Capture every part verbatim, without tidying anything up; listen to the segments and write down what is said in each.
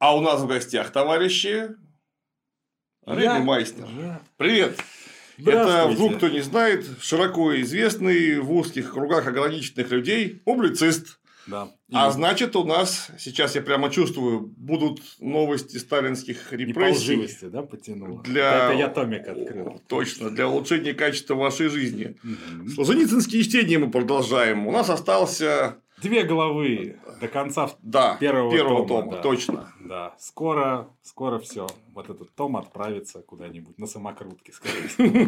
А у нас в гостях, товарищи, Реми Майснер. Я... Привет! Это, вдруг кто не знает, широко известный в узких кругах ограниченных людей публицист. Да. А значит, у нас, сейчас я прямо чувствую, будут новости сталинских репрессий. Не по да, потянуло. Для... Это я томик открыл. Точно, для улучшения качества вашей жизни. Угу. Солженицынские чтения мы продолжаем. У нас остался... Две главы до конца да, первого, первого тома. тома, Да. Точно. Да, скоро, скоро все. Вот этот том отправится куда-нибудь на самокрутке, скорее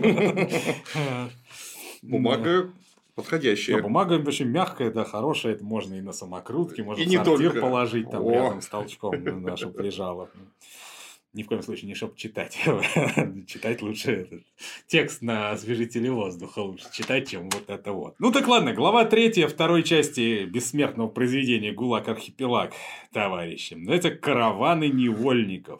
всего. Бумага подходящая. Бумага очень мягкая, да, хорошая. Это можно и на самокрутке, можно и в не сортир только. положить там О. рядом с толчком на чтоб лежало. Ни в коем случае не чтоб читать. Читать лучше этот текст на освежителе воздуха лучше читать, чем вот это вот. Ну так ладно, глава третья второй части бессмертного произведения «ГУЛАГ-Архипелаг», товарищи. Это «Караваны невольников».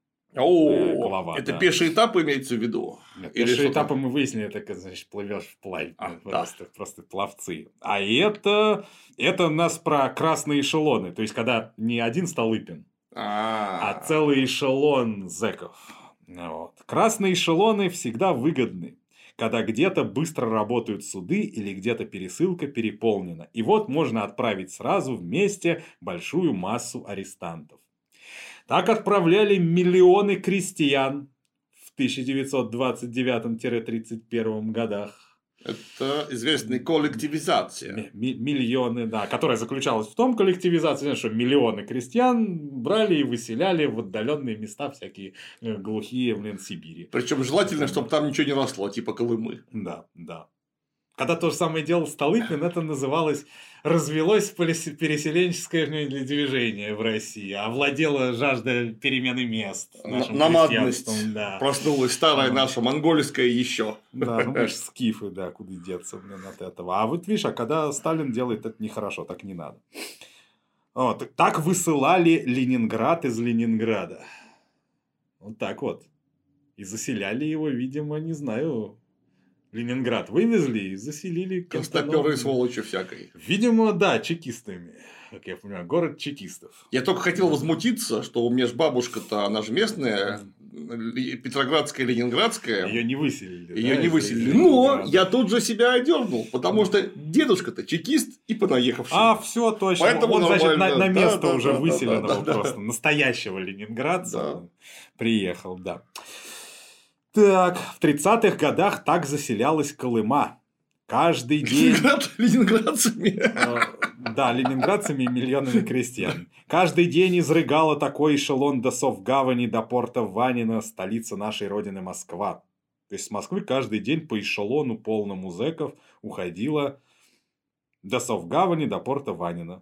О, глава, это да. пеший этап имеется в виду? Пешие этапы мы выяснили, это, значит, плывешь вплавь. А, просто, да. просто пловцы. А это, это у нас про красные эшелоны. То есть, когда не один Столыпин, а, а целый эшелон зэков. Вот. Красные эшелоны всегда выгодны, когда где-то быстро работают суды или где-то пересылка переполнена. И вот можно отправить сразу вместе большую массу арестантов. Так отправляли миллионы крестьян в тысяча девятьсот двадцать девятом — тридцать первом годах. Это известная коллективизация. Миллионы, да, которая заключалась в том, коллективизация, что миллионы крестьян брали и выселяли в отдаленные места всякие глухие, блин, Сибири. Причем желательно, чтобы там ничего не росло, типа Колымы. Да, да. Когда то же самое делал Столыпин, это называлось «развелось переселенческое движение в России», овладела жажда перемены мест. Намадность. Да. Проснулась старая а, наша монгольская еще. Да, ну мы же скифы, да, куда деться, блин, от этого. А вот видишь, а когда Сталин делает, это нехорошо, так не надо. Вот. Так высылали Ленинград из Ленинграда. Вот так вот. И заселяли его, видимо, не знаю... Ленинград вывезли и заселили. Констаперы и сволочи всякой. Видимо, да, чекистами. Как я понимаю, город чекистов. Я только хотел возмутиться, что у меня же бабушка-то, она же местная, Петроградская, Ленинградская. Ее не выселили. Ее да, не выселили. Но я тут же себя одернул, потому что дедушка-то чекист и понаехавший. А, все точно. Поэтому он, значит, на, на место да, уже да, выселенного да, да, просто. да. Настоящего ленинградца Да. он приехал, да. Так, в тридцатых годах так заселялась Колыма. Каждый день... Ленинград, ленинградцами. Да, ленинградцами и миллионами крестьян. Каждый день изрыгала такой эшелон до Совгавани, до порта Ванина, столица нашей родины Москва. То есть, с Москвы каждый день по эшелону полному зэков уходила до Совгавани, до порта Ванина.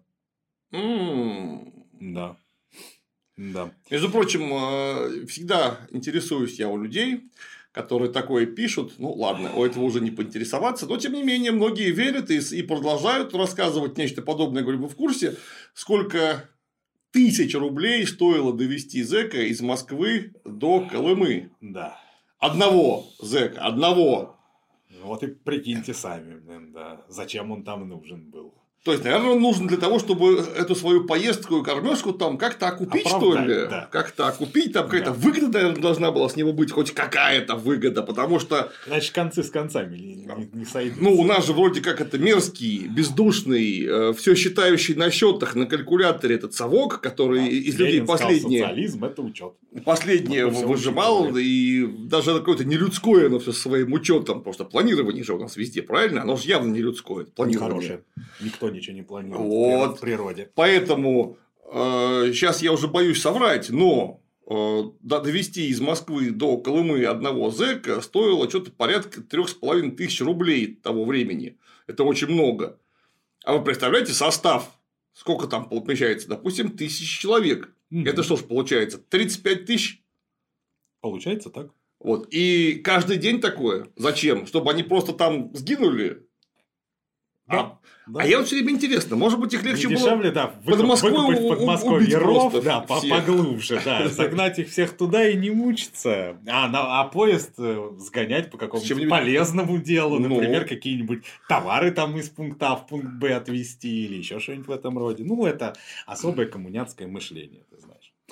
Mm. Да. Да. Между прочим, всегда интересуюсь я у людей, которые такое пишут. Ну, ладно, у этого уже не поинтересоваться. Но, тем не менее, многие верят и, и продолжают рассказывать нечто подобное. Я говорю, вы в курсе, сколько тысяч рублей стоило довести зэка из Москвы до Колымы? Да. Одного зэка, одного. Вот и прикиньте сами, блин, да. Зачем он там нужен был? То есть, наверное, он нужен для того, чтобы эту свою поездку и кормежку там как-то окупить, оправдать, что ли? Да. Как-то окупить, там какая-то да. выгода, наверное, должна была с него быть, хоть какая-то выгода, потому что... Значит, концы с концами не, не, не сойдутся. Ну, у нас же вроде как это мерзкий, бездушный, э, все считающий на счетах, на калькуляторе этот совок, который а, из людей Ленин последнее... сказал, социализм – это учет. Последнее вот выжимал, учит, и даже какое-то нелюдское оно все своим учетом, потому что планирование же у нас везде, правильно? Оно же явно не людское. Планирование. Хорошее. Никто ничего не планирует вот. в природе. Поэтому э, сейчас я уже боюсь соврать, но э, довести из Москвы до Колымы одного зэка стоило что-то порядка трех с половиной тысяч рублей того времени. Это очень много. А вы представляете состав? Сколько там помещается? Допустим, тысяч человек. Mm-hmm. Это что ж получается? тридцать пять тысяч? Получается так. Вот. И каждый день такое. Зачем? Чтобы они просто там сгинули? Да. А, да. а я вот все время интересно, может быть, их легче не было дешевле, да, под Москвой в Подмосковье ров, да, всех. поглубже, да, загнать их всех туда и не мучиться, а, на, а поезд сгонять по какому-нибудь полезному делу, ну... например, какие-нибудь товары там из пункта А в пункт Б отвезти или еще что-нибудь в этом роде. Ну, это особое коммуняцкое мышление, ты знаешь.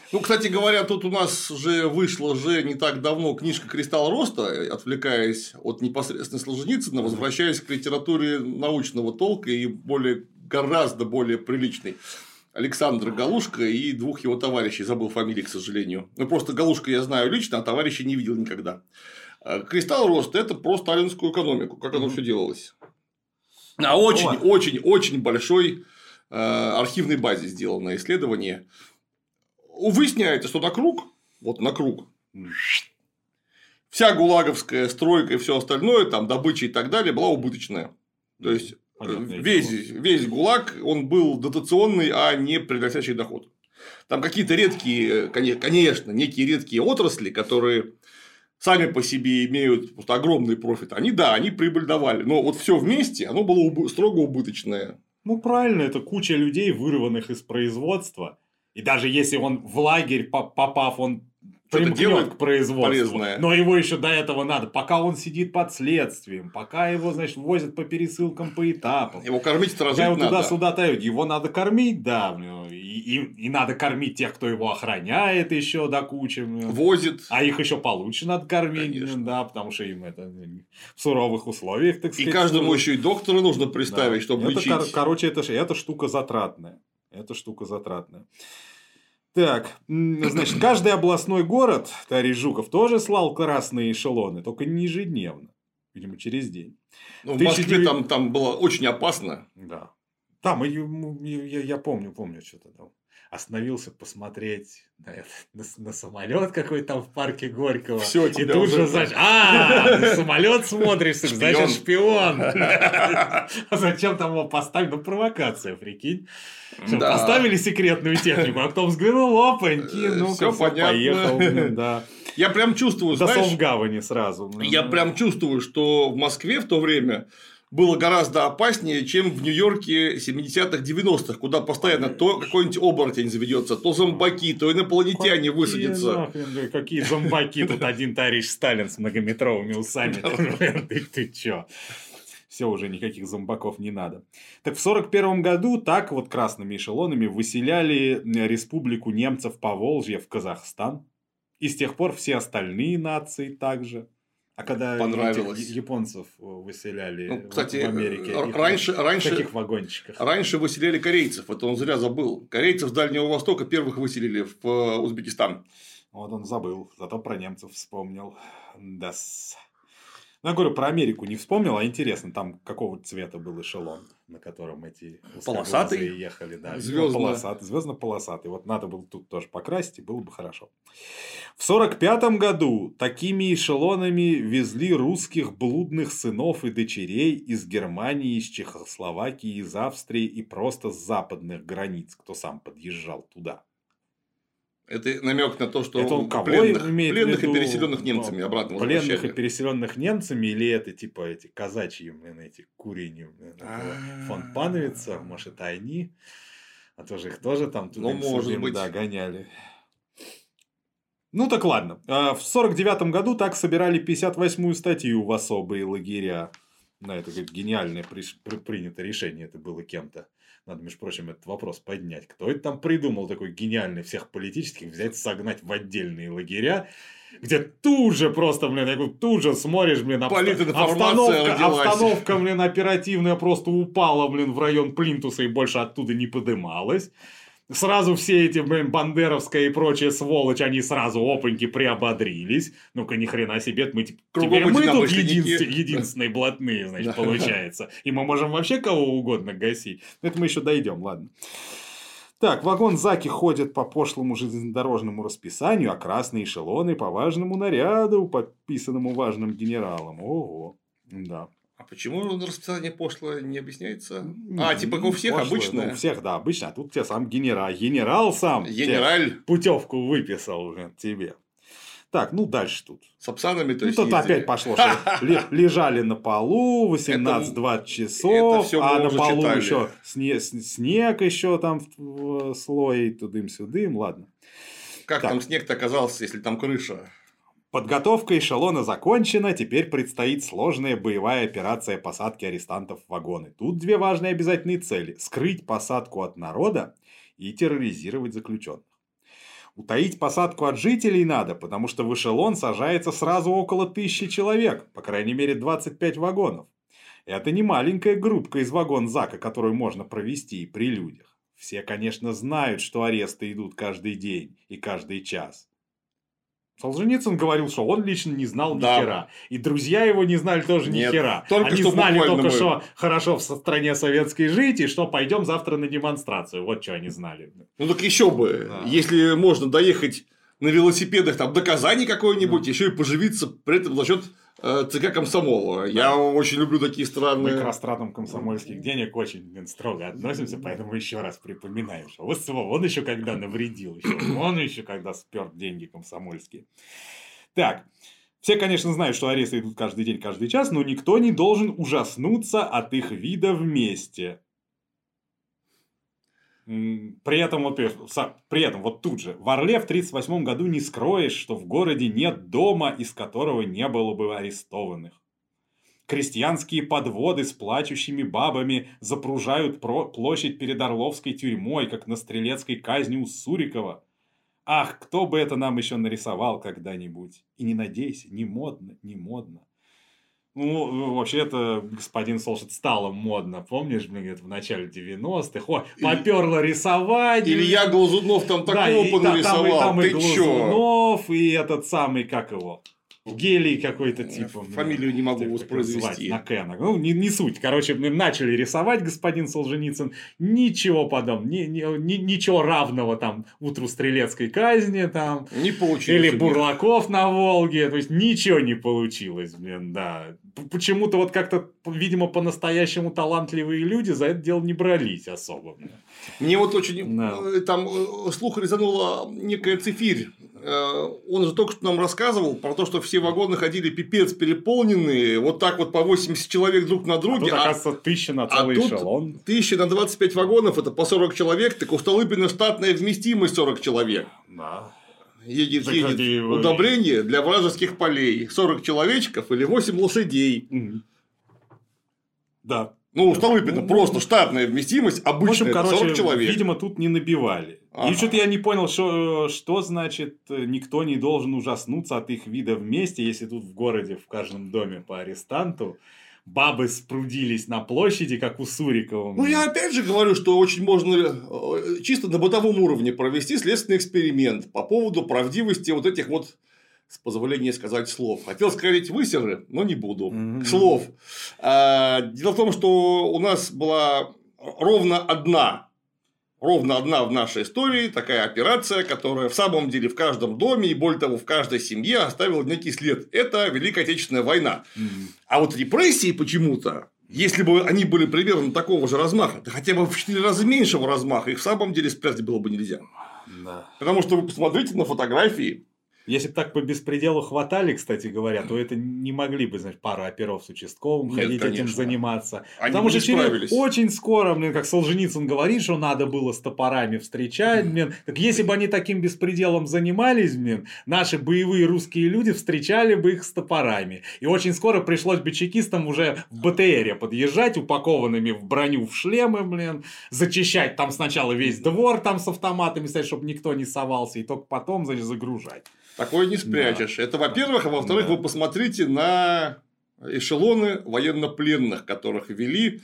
Ну, кстати говоря, тут у нас же вышла же не так давно книжка «Кристалл роста», отвлекаясь от непосредственно Солженицына, возвращаясь к литературе научного толка и более, гораздо более приличной. Александр Галушка и двух его товарищей, забыл фамилии, к сожалению. Ну, просто Галушка я знаю лично, а товарищей не видел никогда. «Кристалл роста» – это про сталинскую экономику, как оно все делалось. На очень-очень-очень большой э, архивной базе сделано исследование. Выясняется, что на круг, вот на круг, вся гулаговская стройка и все остальное, там добыча и так далее, была убыточная. То есть весь, весь ГУЛАГ, он был дотационный, а не приносящий доход. Там какие-то редкие, конечно, некие редкие отрасли, которые сами по себе имеют просто огромный профит. Они, да, они прибыль давали, но вот все вместе, оно было убы- строго убыточное. Ну, правильно, это куча людей, вырванных из производства. И даже если он в лагерь попав, он примкнет к производству. Полезное. Но его еще до этого надо. Пока он сидит под следствием, пока его, значит, возят по пересылкам по этапам. Его кормить сразу надо. Его туда-сюда тают. Его надо кормить, да. И, и, и надо кормить тех, кто его охраняет еще до кучи. Возит. А их еще получше надо кормить. Конечно. Да, потому что им это в суровых условиях, так сказать. И каждому еще и доктора нужно представить, да. чтобы это, лечить. Кор- короче, это, это штука затратная. Это штука затратная. Так, значит, каждый областной город, товарищ Жуков, тоже слал красные эшелоны, только не ежедневно, видимо, через день. Ну, в Москве девятьсот... там, там было очень опасно. Да. Там, я, я, я помню, помню, что-то там. Остановился посмотреть на, это, на, на самолет какой-то там в парке Горького. Все, и тут же, значит, а, на самолет смотришь, значит, шпион. А зачем там его поставить? Ну, провокация, прикинь. Да. Поставили секретную технику, а потом взглянул, опаньки, ну-ка, поехал. Да. Я прям чувствую, До знаешь... Совгавани сразу. Я прям чувствую, что в Москве в то время... было гораздо опаснее, чем в Нью-Йорке семидесятых, девяностых, куда постоянно то какой-нибудь оборотень заведется, то зомбаки, то инопланетяне какие высадятся. Нахрен, какие зомбаки? Тут один товарищ Сталин с многометровыми усами. Ты, ты чё? Все, уже никаких зомбаков не надо. Так в сорок первом году так вот красными эшелонами выселяли республику немцев Поволжья в Казахстан. И с тех пор все остальные нации также. А когда японцев выселяли ну, кстати, в Америке, раньше, в раньше, каких вагончиках? Раньше выселяли корейцев, это он зря забыл. Корейцев с Дальнего Востока первых выселили в Узбекистан. Вот он забыл, зато про немцев вспомнил. Да. Ну, я говорю, про Америку не вспомнил, а интересно, там какого цвета был эшелон, на котором эти полосатые ехали. Да, звездно. Полосатый, звездно-полосатый. Вот надо было тут тоже покрасить, и было бы хорошо. В сорок пятом году такими эшелонами везли русских блудных сынов и дочерей из Германии, из Чехословакии, из Австрии и просто с западных границ, кто сам подъезжал туда. Это намек на то, что это он пленных, имеет пленных в виду, и переселенных немцами обратно возвращали. Пленных и переселенных немцами, или это типа эти казачьи, блин, эти курени, фон Пановица, может, это они, а тоже их тоже там туда да, гоняли. Ну так ладно. В сорок девятом году так собирали пятьдесят восьмую статью в особые лагеря. На это говорит, гениальное при, при, принято решение, это было кем-то. Надо, между прочим, этот вопрос поднять. Кто это там придумал такой гениальный всех политических взять, согнать в отдельные лагеря, где тут же просто, блин, тут же смотришь, блин, обстановка, обстановка, блин, оперативная просто упала, блин, в район Плинтуса и больше оттуда не подымалась. Сразу все эти, блин, бандеровская и прочая сволочь, они сразу опаньки приободрились. Ну-ка, ни хрена себе, мы теперь мы тут единственные, единственные блатные, значит, получается. И мы можем вообще кого угодно гасить. Но это мы еще дойдем, ладно. Так, вагон-заки ходят по пошлому железнодорожному расписанию, а красные эшелоны по важному наряду, подписанному важным генералом. Ого, да. А почему расписание пошлое не объясняется? А, типа как у всех пошлое, обычно? Ну, у всех, да, обычно. А тут тебе сам генерал. Генерал сам. Генераль. Путевку выписал уже тебе. Так, ну дальше тут. С апсанами, то ну, есть. Ну, тут ездили. Опять пошло, что лежали на полу восемнадцать-двадцать часов, а на полу еще снег еще там слой, тудым-сюдым. Ладно. Как там снег-то оказался, если там крыша? Подготовка эшелона закончена, теперь предстоит сложная боевая операция посадки арестантов в вагоны. Тут две важные обязательные цели – скрыть посадку от народа и терроризировать заключенных. Утаить посадку от жителей надо, потому что в эшелон сажается сразу около тысячи человек, по крайней мере двадцать пять вагонов. Это не маленькая группка из вагон-зака, которую можно провести при людях. Все, конечно, знают, что аресты идут каждый день и каждый час. Солженицын говорил, что он лично не знал ни Да. хера. И друзья его не знали тоже Нет, ни хера. только Они что знали буквально только, мы- что хорошо в стране советской жить, и что пойдем завтра на демонстрацию. Вот что они знали. Ну так еще бы, Да. если можно доехать на велосипедах там, до Казани какой-нибудь, еще и поживиться при этом за счет э, ЦК комсомола. Я очень люблю такие Мы к страны. растратам комсомольских денег очень блин, строго относимся, поэтому еще раз припоминаем, что вот он еще когда навредил, еще он еще когда спер деньги комсомольские. Так, все, конечно, знают, что аресты идут каждый день, каждый час, но никто не должен ужаснуться от их вида вместе. При этом, вот, при этом, вот тут же, в Орле в тридцать восьмом году не скроешь, что в городе нет дома, из которого не было бы арестованных. Крестьянские подводы с плачущими бабами запружают площадь перед Орловской тюрьмой, как на стрелецкой казни у Сурикова. Ах, кто бы это нам еще нарисовал когда-нибудь. И не надейся, не модно, не модно. Ну, вообще-то, господин Солшит, стало модно. Помнишь, блин, в начале девяностых? О, поперло рисовать. Илья Глазунов там Да, такого и та- понарисовал. Там, и, там и Ты чё? Глазунов, и этот самый, как его? Гелий какой-то типа. Фамилию не могу как воспроизвести. звать, На К. Ну, не, не суть. Короче, начали рисовать господин Солженицын. Ничего подобного. Ни, ни, ни- ничего равного там утру стрелецкой казни там. Не получилось. Или у них. Бурлаков на Волге. То есть, ничего не получилось, блин, да. П- Почему-то вот как-то, видимо, по-настоящему талантливые люди за это дело не брались особо. блин. Мне вот очень Да. э, там э, слух резанула некая цифирь. Э, Он же только что нам рассказывал про то, что все вагоны ходили пипец переполненные, вот так вот по восемьдесят человек друг на А друге. тут, а- оказывается, тысяча на А целый тут эшелон. тысяча на двадцать пять вагонов, это по сорок человек, так у Столыпина штатная вместимость сорок человек. Да. Едет, Так едет это его- удобрение для вражеских полей. сорок человечков или восемь лошадей. Мгм. Да. Ну, у Столыпина Ну, просто штатная вместимость, В общем, обычная, это короче, сорок человек. видимо, тут не набивали. Ага. И что-то я не понял, что, что значит э, никто не должен ужаснуться от их вида вместе, если тут в городе в каждом доме по арестанту бабы спрудились на площади, как у Сурикова. Ну, я опять же говорю, что очень можно э, чисто на бытовом уровне провести следственный эксперимент по поводу правдивости вот этих вот, с позволения сказать, слов. Хотел сказать высеры, но не буду. Мгм. Слов. А, Дело в том, что у нас была ровно одна, ровно одна в нашей истории такая операция, которая в самом деле в каждом доме и, более того, в каждой семье оставила некий след. Это Великая Отечественная война. Мгм. А вот репрессии почему-то, если бы они были примерно такого же размаха, да хотя бы в четыре раза меньшего размаха, их в самом деле спрятать было бы нельзя. Да. Потому что вы посмотрите на фотографии. Если бы так по беспределу хватали, кстати говоря, то это не могли бы, значит, пара оперов с участковым Нет, ходить этим конечно. заниматься. Они Потому бы что не через справились. очень скоро, блин, как Солженицын говорит, что надо было с топорами встречать, блин. Так если бы они таким беспределом занимались, блин, наши боевые русские люди встречали бы их с топорами. И очень скоро пришлось бы чекистам уже в БТРе подъезжать, упакованными в броню, в шлемы, блин, зачищать там сначала весь двор там с автоматами, стоять, чтобы никто не совался, и только потом, значит, загружать. Такое не спрячешь. Это во-первых, а во-вторых, Да. вы посмотрите на эшелоны военнопленных, которых вели.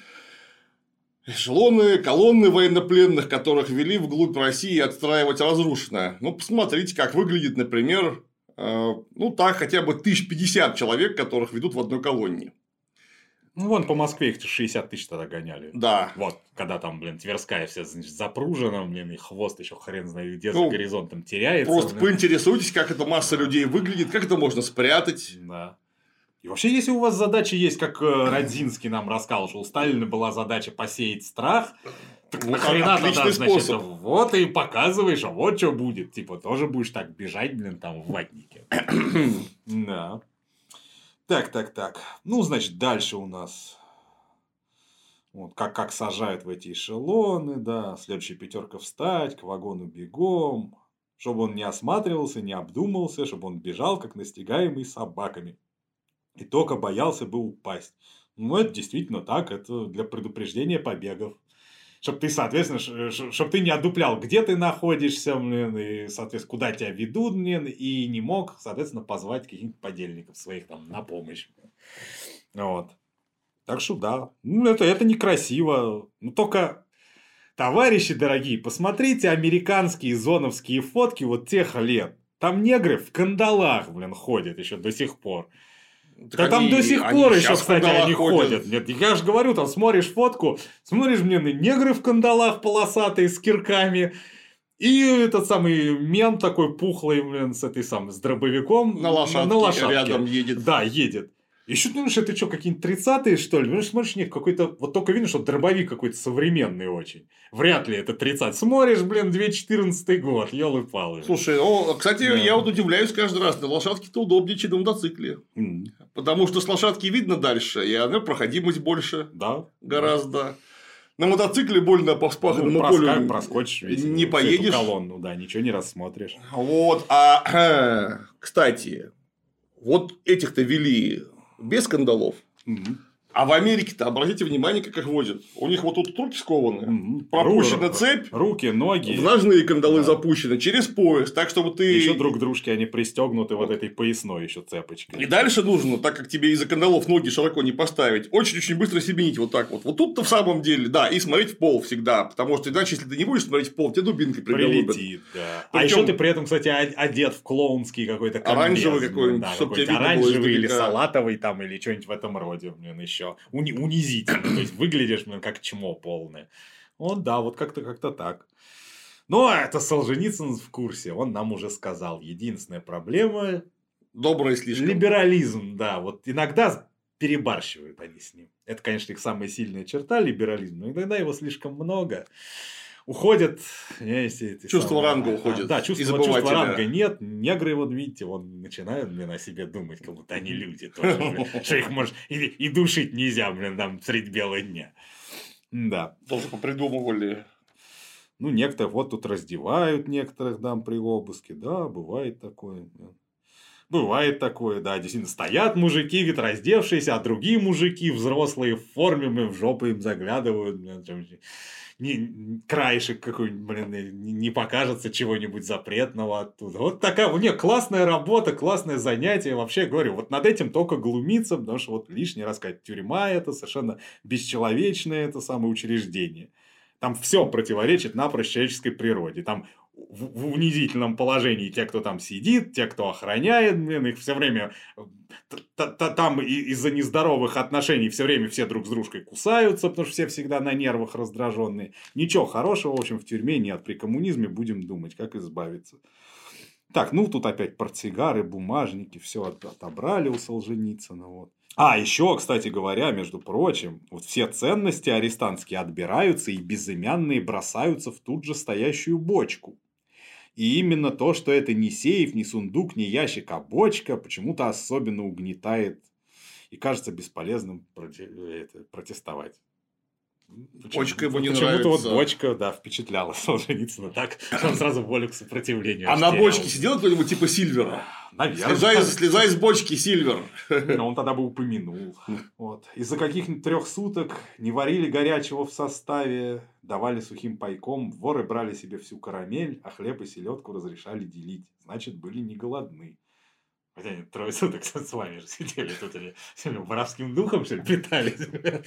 Эшелоны, колонны военнопленных, которых вели вглубь России отстраивать разрушенное. Ну, посмотрите, как выглядит, например, э, ну, так, хотя бы тысяч пятьдесят человек, которых ведут в одной колонне. Ну, вон по Москве их шестьдесят тысяч тогда гоняли. Да. Вот, когда там, блин, Тверская вся, значит, запружена, блин, и хвост еще хрен знает где Ну, за горизонтом теряется. Просто блин. поинтересуйтесь, как эта масса людей выглядит, как это можно спрятать. Да. И вообще, если у вас задача есть, как э, Родзинский нам рассказывал, что у Сталина была задача посеять страх, так Вот нахрена отличный тогда, значит, способ. вот и показываешь, а вот что будет. Типа, тоже будешь так бежать, блин, там в ватнике. Да. Так, так, так. Ну, значит, дальше у нас... Вот, как, как сажают в эти эшелоны, да, следующая пятерка встать, к вагону бегом, чтобы он не осматривался, не обдумался, чтобы он бежал, как настигаемый собаками, и только боялся бы упасть. Ну, это действительно так, это для предупреждения побегов. Чтобы ты, соответственно, чтобы ты не одуплял, где ты находишься, блин, и, соответственно, куда тебя ведут, блин, и не мог, соответственно, позвать каких-нибудь подельников своих там на помощь. Вот. Так что да, ну, это, это некрасиво. Ну, только, товарищи дорогие, посмотрите американские зоновские фотки вот тех лет. Там негры в кандалах, блин, ходят еще до сих пор. Так да они, там до сих пор еще, кстати, они ходят. ходят. Нет, я же говорю, там смотришь фотку, смотришь, блин, негры в кандалах полосатые с кирками. И этот самый мент такой пухлый, блин, с этой самой, с дробовиком. На лошадке, на лошадке рядом едет. Да, едет. Еще думаешь, это что, какие-нибудь тридцатые, что ли? Ну, смотришь, нет, какой-то... Вот только видно, что дробовик какой-то современный очень. Вряд ли это тридцатый. Смотришь, блин, две тысячи четырнадцатый год, ёлы-палы. Слушай, ну, кстати, да. я вот удивляюсь каждый раз. На лошадке-то удобнее, чем на мотоцикле. Mm. Потому что с лошадки видно дальше, и она проходимость больше. Да. Гораздо. Да. На мотоцикле больно по вспаханному ну, полю проскочишь весь, не поедешь. Колонну, да, ничего не рассмотришь. Вот. А, кстати, вот этих-то вели... без скандалов. Mm-hmm. А в Америке-то, обратите внимание, как их возят. У них вот тут руки скованы, mm-hmm. пропущена Ру- цепь, руки, ноги. В ножные кандалы да. запущены через пояс, так чтобы ты. Еще друг к дружке они пристегнуты вот этой поясной еще цепочкой. И дальше нужно, так как тебе из-за кандалов ноги широко не поставить, очень-очень быстро себенить вот так вот. Вот тут-то в самом деле, да, и смотреть в пол всегда, потому что иначе, если ты не будешь смотреть в пол, тебе дубинкой приголубят. Прилетит, да. Причем... А еще ты при этом, кстати, одет в клоунский какой-то комбез. Оранжевый какой-нибудь, да, чтобы какой-то оранжевый или салатовый там, или что-нибудь в этом роде, блин, еще. Уни- унизительно. То есть выглядишь, блин, как чмо полное. Вот да, вот как-то как-то так. Но это Солженицын в курсе. Он нам уже сказал. Единственная проблема. Добрый слишком. Либерализм, да. Вот иногда перебарщивают они с ним. Это, конечно, их самая сильная черта, либерализм. Но иногда его слишком много. Уходят. Чувство самые... ранга уходит. Да, чувство, чувство ранга нет. Негры, вот видите, вон начинают, блин, о себе думать, как будто они люди тоже, блин, что их может и, и душить нельзя, блин, там средь бела дня. Да. Тоже попридумывали. Ну, некоторых вот тут раздевают некоторых дам при обыске. Да, бывает такое. Бывает такое, да, действительно, стоят мужики, говорит, раздевшиеся, а другие мужики, взрослые, в форме, блин, в жопу им заглядывают, блин, не, краешек какой-нибудь, блин, не покажется чего-нибудь запретного оттуда. Вот такая, у них классная работа, классное занятие. Вообще, говорю, вот над этим только глумиться, потому что вот лишний раз сказать, тюрьма это совершенно бесчеловечное это самое учреждение. Там все противоречит напрочь человеческой природе. Там в, в унизительном положении те, кто там сидит, те, кто охраняет, блин, их все время там из-за нездоровых отношений все время все друг с дружкой кусаются, потому что все всегда на нервах раздраженные. Ничего хорошего, в общем, в тюрьме нет. При коммунизме будем думать, как избавиться. Так, ну тут опять портсигары, бумажники, все отобрали у Солженицына. Вот. А, еще, кстати говоря, между прочим, вот все ценности арестантские отбираются и безымянные бросаются в тут же стоящую бочку. И именно то, что это не сейф, не сундук, не ящик, а бочка, почему-то особенно угнетает и кажется бесполезным протестовать. Бочка ему не Почему-то нравится. вот бочка, да, впечатляла Солженицына так, что он сразу волю к сопротивлению. А на бочке сидел кто-нибудь типа Сильвера? Наверное. Слезай, слезай с бочки, Сильвер. Но он тогда бы упомянул. Вот. Из-за каких-нибудь трех суток не варили горячего в составе, давали сухим пайком, воры брали себе всю карамель, а хлеб и селедку разрешали делить. Значит, были не голодны. Хотя они трое суток с вами же сидели тут или воровским духом, что ли, питались.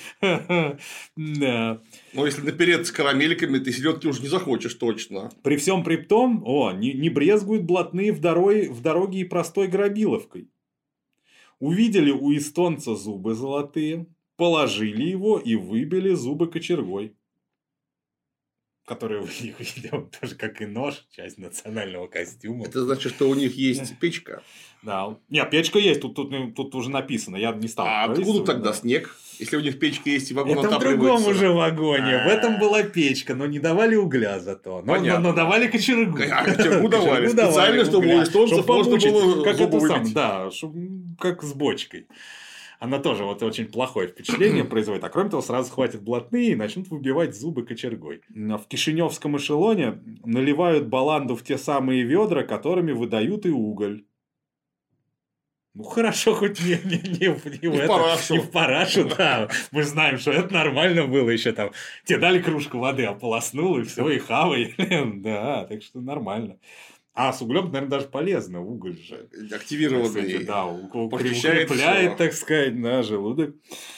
Да. Но если наперед с карамельками, ты селедки уже не захочешь точно. При всем при том, о, не, не брезгуют блатные в дороге, в дороге и простой грабиловкой. Увидели у эстонца зубы золотые, положили его и выбили зубы кочергой. Который у них, видимо, тоже как и нож, часть национального костюма. Это значит, что у них есть печка. Да. Нет, печка есть, тут, тут, тут уже написано, я не стал. А откуда тогда да. снег? Если у них печка есть и вагон это отапливается. Это в другом уже вагоне. А-а-а. В этом была печка, но не давали угля зато. Но, но, но давали кочергу. А кочергу давали. Специально, чтобы у эстонцев можно было как это сам, да, как с бочкой. Она тоже вот очень плохое впечатление производит. А кроме того, сразу хватит блатные и начнут выбивать зубы кочергой. В кишиневском эшелоне наливают баланду в те самые ведра, которыми выдают и уголь. Ну, хорошо, хоть не, не, не, в- не в Не в это, парашу. не в парашу, да. Мы знаем, что это нормально было еще там. Тебе дали кружку воды, ополоснул, и все, и хавай. Да, так что нормально. А с углем, наверное, даже полезно. Уголь же. Кстати, Активированный. да, у- у- Прочищает укрепляет, всё. так сказать, да, желудок.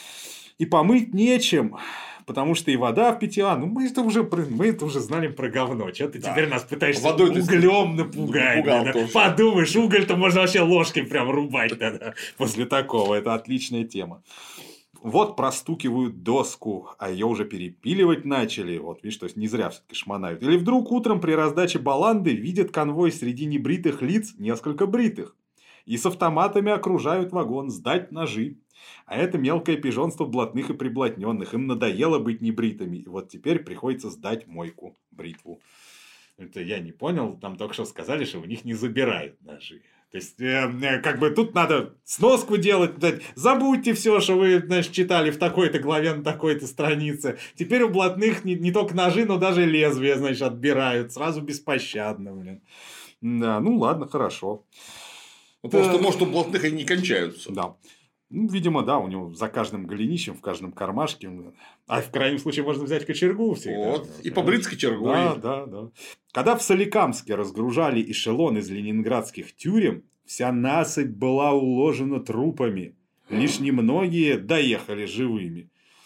И помыть нечем, потому что и вода в питьевая. Ну, мы это уже, про- мы это уже знали про говно. Что ты Да. теперь нас пытаешься Водой ты углем напугать? напугал да? тоже. Подумаешь, уголь-то можно вообще ложкой прям рубать тогда. После такого. Это отличная тема. Вот простукивают доску, а ее уже перепиливать начали. Вот, видишь, то есть не зря все-таки шмонают. Или вдруг утром при раздаче баланды видят конвой среди небритых лиц несколько бритых. И с автоматами окружают вагон, сдать ножи. А это мелкое пижонство блатных и приблотненных. Им надоело быть небритыми. И вот теперь приходится сдать мойку, бритву. Это я не понял. Там только что сказали, что у них не забирают ножи. То есть, э, э, как бы тут надо сноску делать. дать. Забудьте все, что вы, значит, читали в такой-то главе на такой-то странице. Теперь у блатных не, не только ножи, но даже лезвия, значит, отбирают. Сразу беспощадно, блин. Да, ну ладно, хорошо. Ну, просто, Так. может, у блатных они не кончаются. Да. Ну, видимо, да, у него за каждым голенищем, в каждом кармашке. А в крайнем случае можно взять кочергу всегда. Вот. да, И да. побриться кочергой. Да, да, да. Когда в Соликамске разгружали эшелон из ленинградских тюрем, вся насыпь была уложена трупами. Лишь немногие доехали живыми.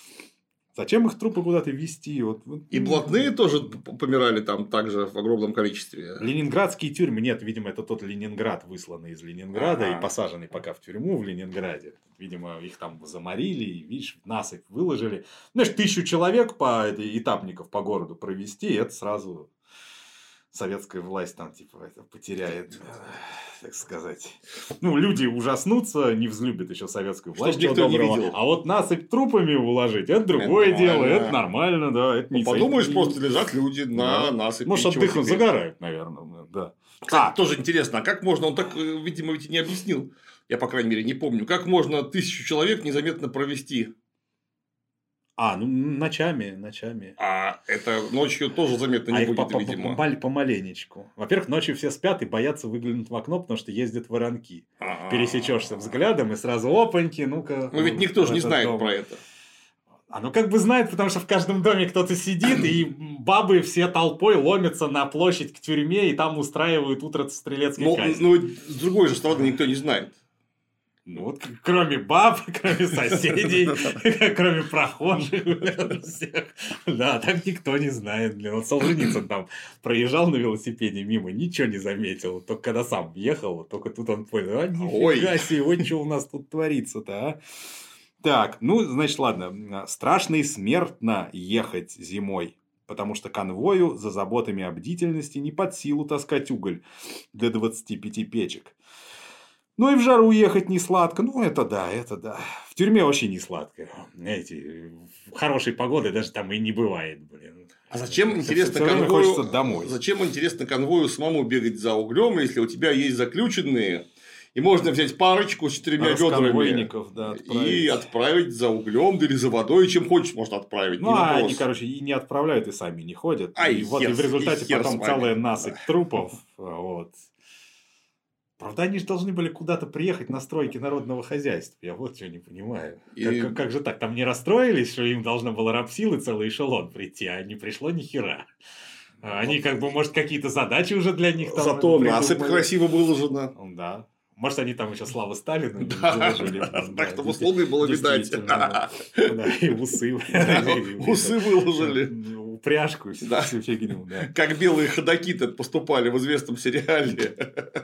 Зачем их трупы куда-то везти? Вот, вот, И ну, блатные тоже п- помирали там также в огромном количестве. Ленинградские тюрьмы, нет, видимо, это тот Ленинград, высланный из Ленинграда Ага. и посаженный пока в тюрьму в Ленинграде. Видимо, их там заморили, и, видишь, насыпь выложили. Знаешь, тысячу человек по этой этапников по городу провести, это сразу советская власть там типа это потеряет, так сказать. Ну, люди ужаснутся, не взлюбят еще советскую власть. Чтоб чего никто не доброго. видел. А вот насыпь трупами уложить, это другое Это дело, нормально. это нормально, да. Это Ну, не подумаешь, не- просто лежат люди на Да. насыпи. Может, ничего отдыхают, себе. загорают, наверное, да. Кстати, А, тоже интересно, а как можно, он так, э, видимо, ведь и не объяснил, я, по крайней мере, не помню, как можно тысячу человек незаметно провести, а, ну ночами, ночами. а это ночью тоже заметно А не их будет, по- по- видимо. помал- помаленечку. Во-первых, ночью все спят и боятся выглянуть в окно, потому что ездят воронки. А-а-а. Пересечешься взглядом и сразу опаньки, ну-ка. Ну, ведь в- никто в же не этот знает дом. про это. А ну как бы знает, потому что в каждом доме кто-то сидит, и бабы все толпой ломятся на площадь к тюрьме, и там устраивают утро стрелецкой Но, казни. но с другой же стороны никто не знает. Ну вот, к- кроме баб, кроме соседей, кроме прохожих, блин, всех. Да, так никто не знает. Блин. Вот Солженицын там проезжал на велосипеде мимо, ничего не заметил. Только когда сам ехал, вот только тут он понял, а Ой. нифига себе, вот что у нас тут творится-то, а. Так, ну, значит, ладно. Страшно и смертно ехать зимой. Потому что конвою за заботами о бдительности не под силу таскать уголь для двадцати пяти печек. Ну и в жару ехать не сладко. Ну, это да, это да. В тюрьме вообще не сладко. Знаете, в хорошей погоды даже там и не бывает, блин. А зачем, Всё- интересно, всё время конвою... хочется домой. Зачем, интересно, конвою самому бегать за углем, если у тебя есть заключенные, и можно взять парочку с четырьмя ведрами Расконвойников, да, отправить. и отправить за углем, да или за водой, чем хочешь, можно отправить. Ну, не а вопрос. они, короче, и не отправляют, и сами не ходят. Ай, и вот хер и в с- результате и хер потом с вами. целая насыпь трупов. Вот. Правда, они же должны были куда-то приехать на стройки народного хозяйства. Я вот что не понимаю. И- Как, как- как же так? Там не расстроились, что им должно было рабсилы целый эшелон прийти, а не пришло ни хера. А Они как бы, может, какие-то задачи уже для них там Зато насыпь придумали. красиво выложена. Да. Может, они там еще Слава Сталина Да, выложили. так, чтобы с Волгой было видать. Действительно, да. Да, и усы. И- Усы выложили. Упряжку, всю Да. всю фигню, да. Как белые ходаки-то поступали в известном сериале.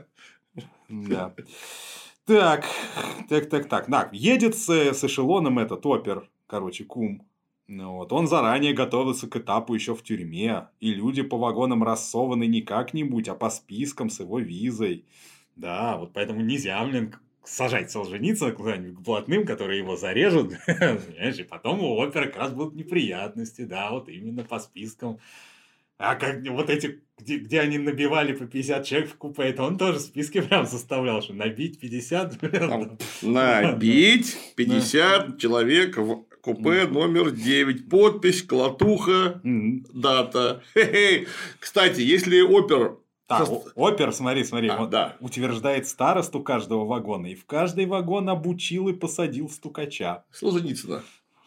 Да. Так, так, так, так. Так, едет с, с эшелоном этот опер, короче, кум. Ну вот. Он заранее готовится к этапу еще в тюрьме. И люди по вагонам рассованы не как-нибудь, а по спискам с его визой. Да, вот поэтому нельзя, блин, сажать Солженицына куда-нибудь к блатным, которые его зарежут. Понимаешь, и потом у опера как раз будут неприятности. Да, вот именно по спискам. А как вот эти, где, где они набивали по пятьдесят человек в купе, это он тоже списки прям составлял, что набить пятьдесят. Там набить пятьдесят человек в купе номер девять. Подпись, клатуха, Мгм. дата. Хе-хе. Кстати, если опер Так, Со- опер, смотри, смотри, А, вот да. утверждает старосту каждого вагона, и в каждый вагон обучил и посадил стукача. Солженицына.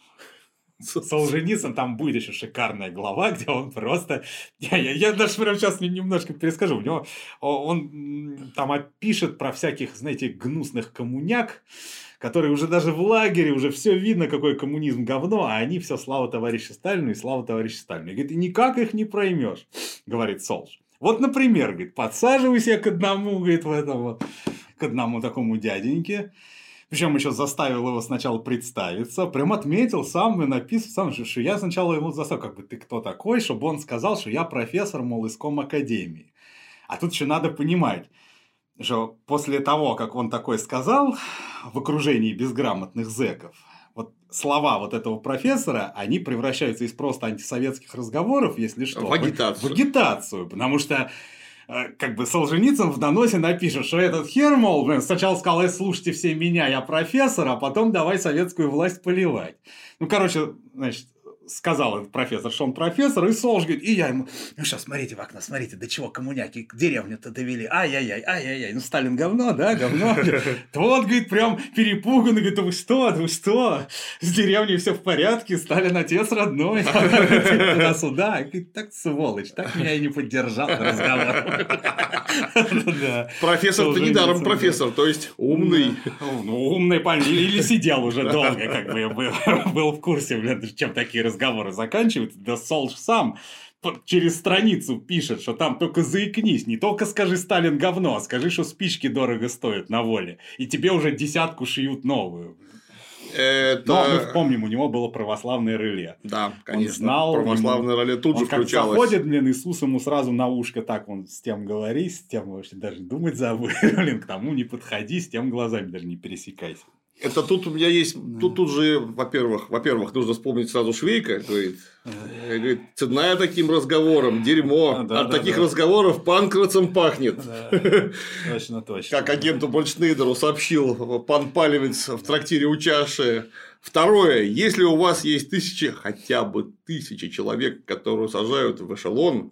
Солженицын, там будет еще шикарная глава, где он просто... Я, я, я даже прямо сейчас немножко перескажу. У него он м, там опишет про всяких, знаете, гнусных коммуняк, которые уже даже в лагере, уже все видно, какой коммунизм говно, а они все слава товарищу Сталину и слава товарищу Сталину. И говорит, и никак их не проймешь, говорит Солж. Вот, например, говорит, подсаживаюсь я к одному, говорит, в этом вот, к одному такому дяденьке. Причем еще заставил его сначала представиться, прям отметил сам и написал, сам, что я сначала ему заставил, как бы ты кто такой, чтобы он сказал, что я профессор, мол, из комакадемии. А тут еще надо понимать, что после того, как он такой сказал в окружении безграмотных зэков, вот слова вот этого профессора, они превращаются из просто антисоветских разговоров, если что, В агитацию. в агитацию, потому что как бы Солженицын в доносе напишет, что этот хер, мол, блин, сначала сказал, «Эй, слушайте все меня, я профессор, а потом давай советскую власть поливать». Ну, короче, значит, сказал этот профессор, что он профессор, и Солж говорит, и я ему, ну что, смотрите в окно, смотрите, до чего коммуняки деревню-то довели, ай-яй-яй, ай-яй-яй, ну Сталин говно, да, говно. Тот, говорит, прям перепуганный, говорит, вы что, вы что, с деревней все в порядке, Сталин отец родной, туда-сюда, так сволочь, так меня и не поддержал на разговор. Профессор-то недаром профессор, то есть умный. Ну, умный, или сидел уже долго, как бы был в курсе, блин, чем такие разговоры разговоры заканчиваются, да Солж сам через страницу пишет, что там только заикнись, не только скажи Сталин говно, а скажи, что спички дорого стоят на воле, и тебе уже десятку шьют новую. Это... Но мы помним, у него было православное реле. Да, конечно. Он знал, православное реле тут он же включалось. Он как заходит, блин, Иисус ему сразу на ушко, так он с тем говори, с тем вообще даже думать забыл, блин, к тому не подходи, с тем глазами даже не пересекайся. Это тут у меня есть, тут, тут же, во-первых, во-первых, нужно вспомнить сразу Швейка, говорит, говорит, ценная таким разговором, дерьмо, да, от да, таких да. разговоров панкратцем пахнет. Да, точно, точно. Как агенту Большнейдеру сообщил пан Палевец в трактире у чаши. Второе, если у вас есть тысячи, хотя бы тысячи человек, которые сажают в эшелон,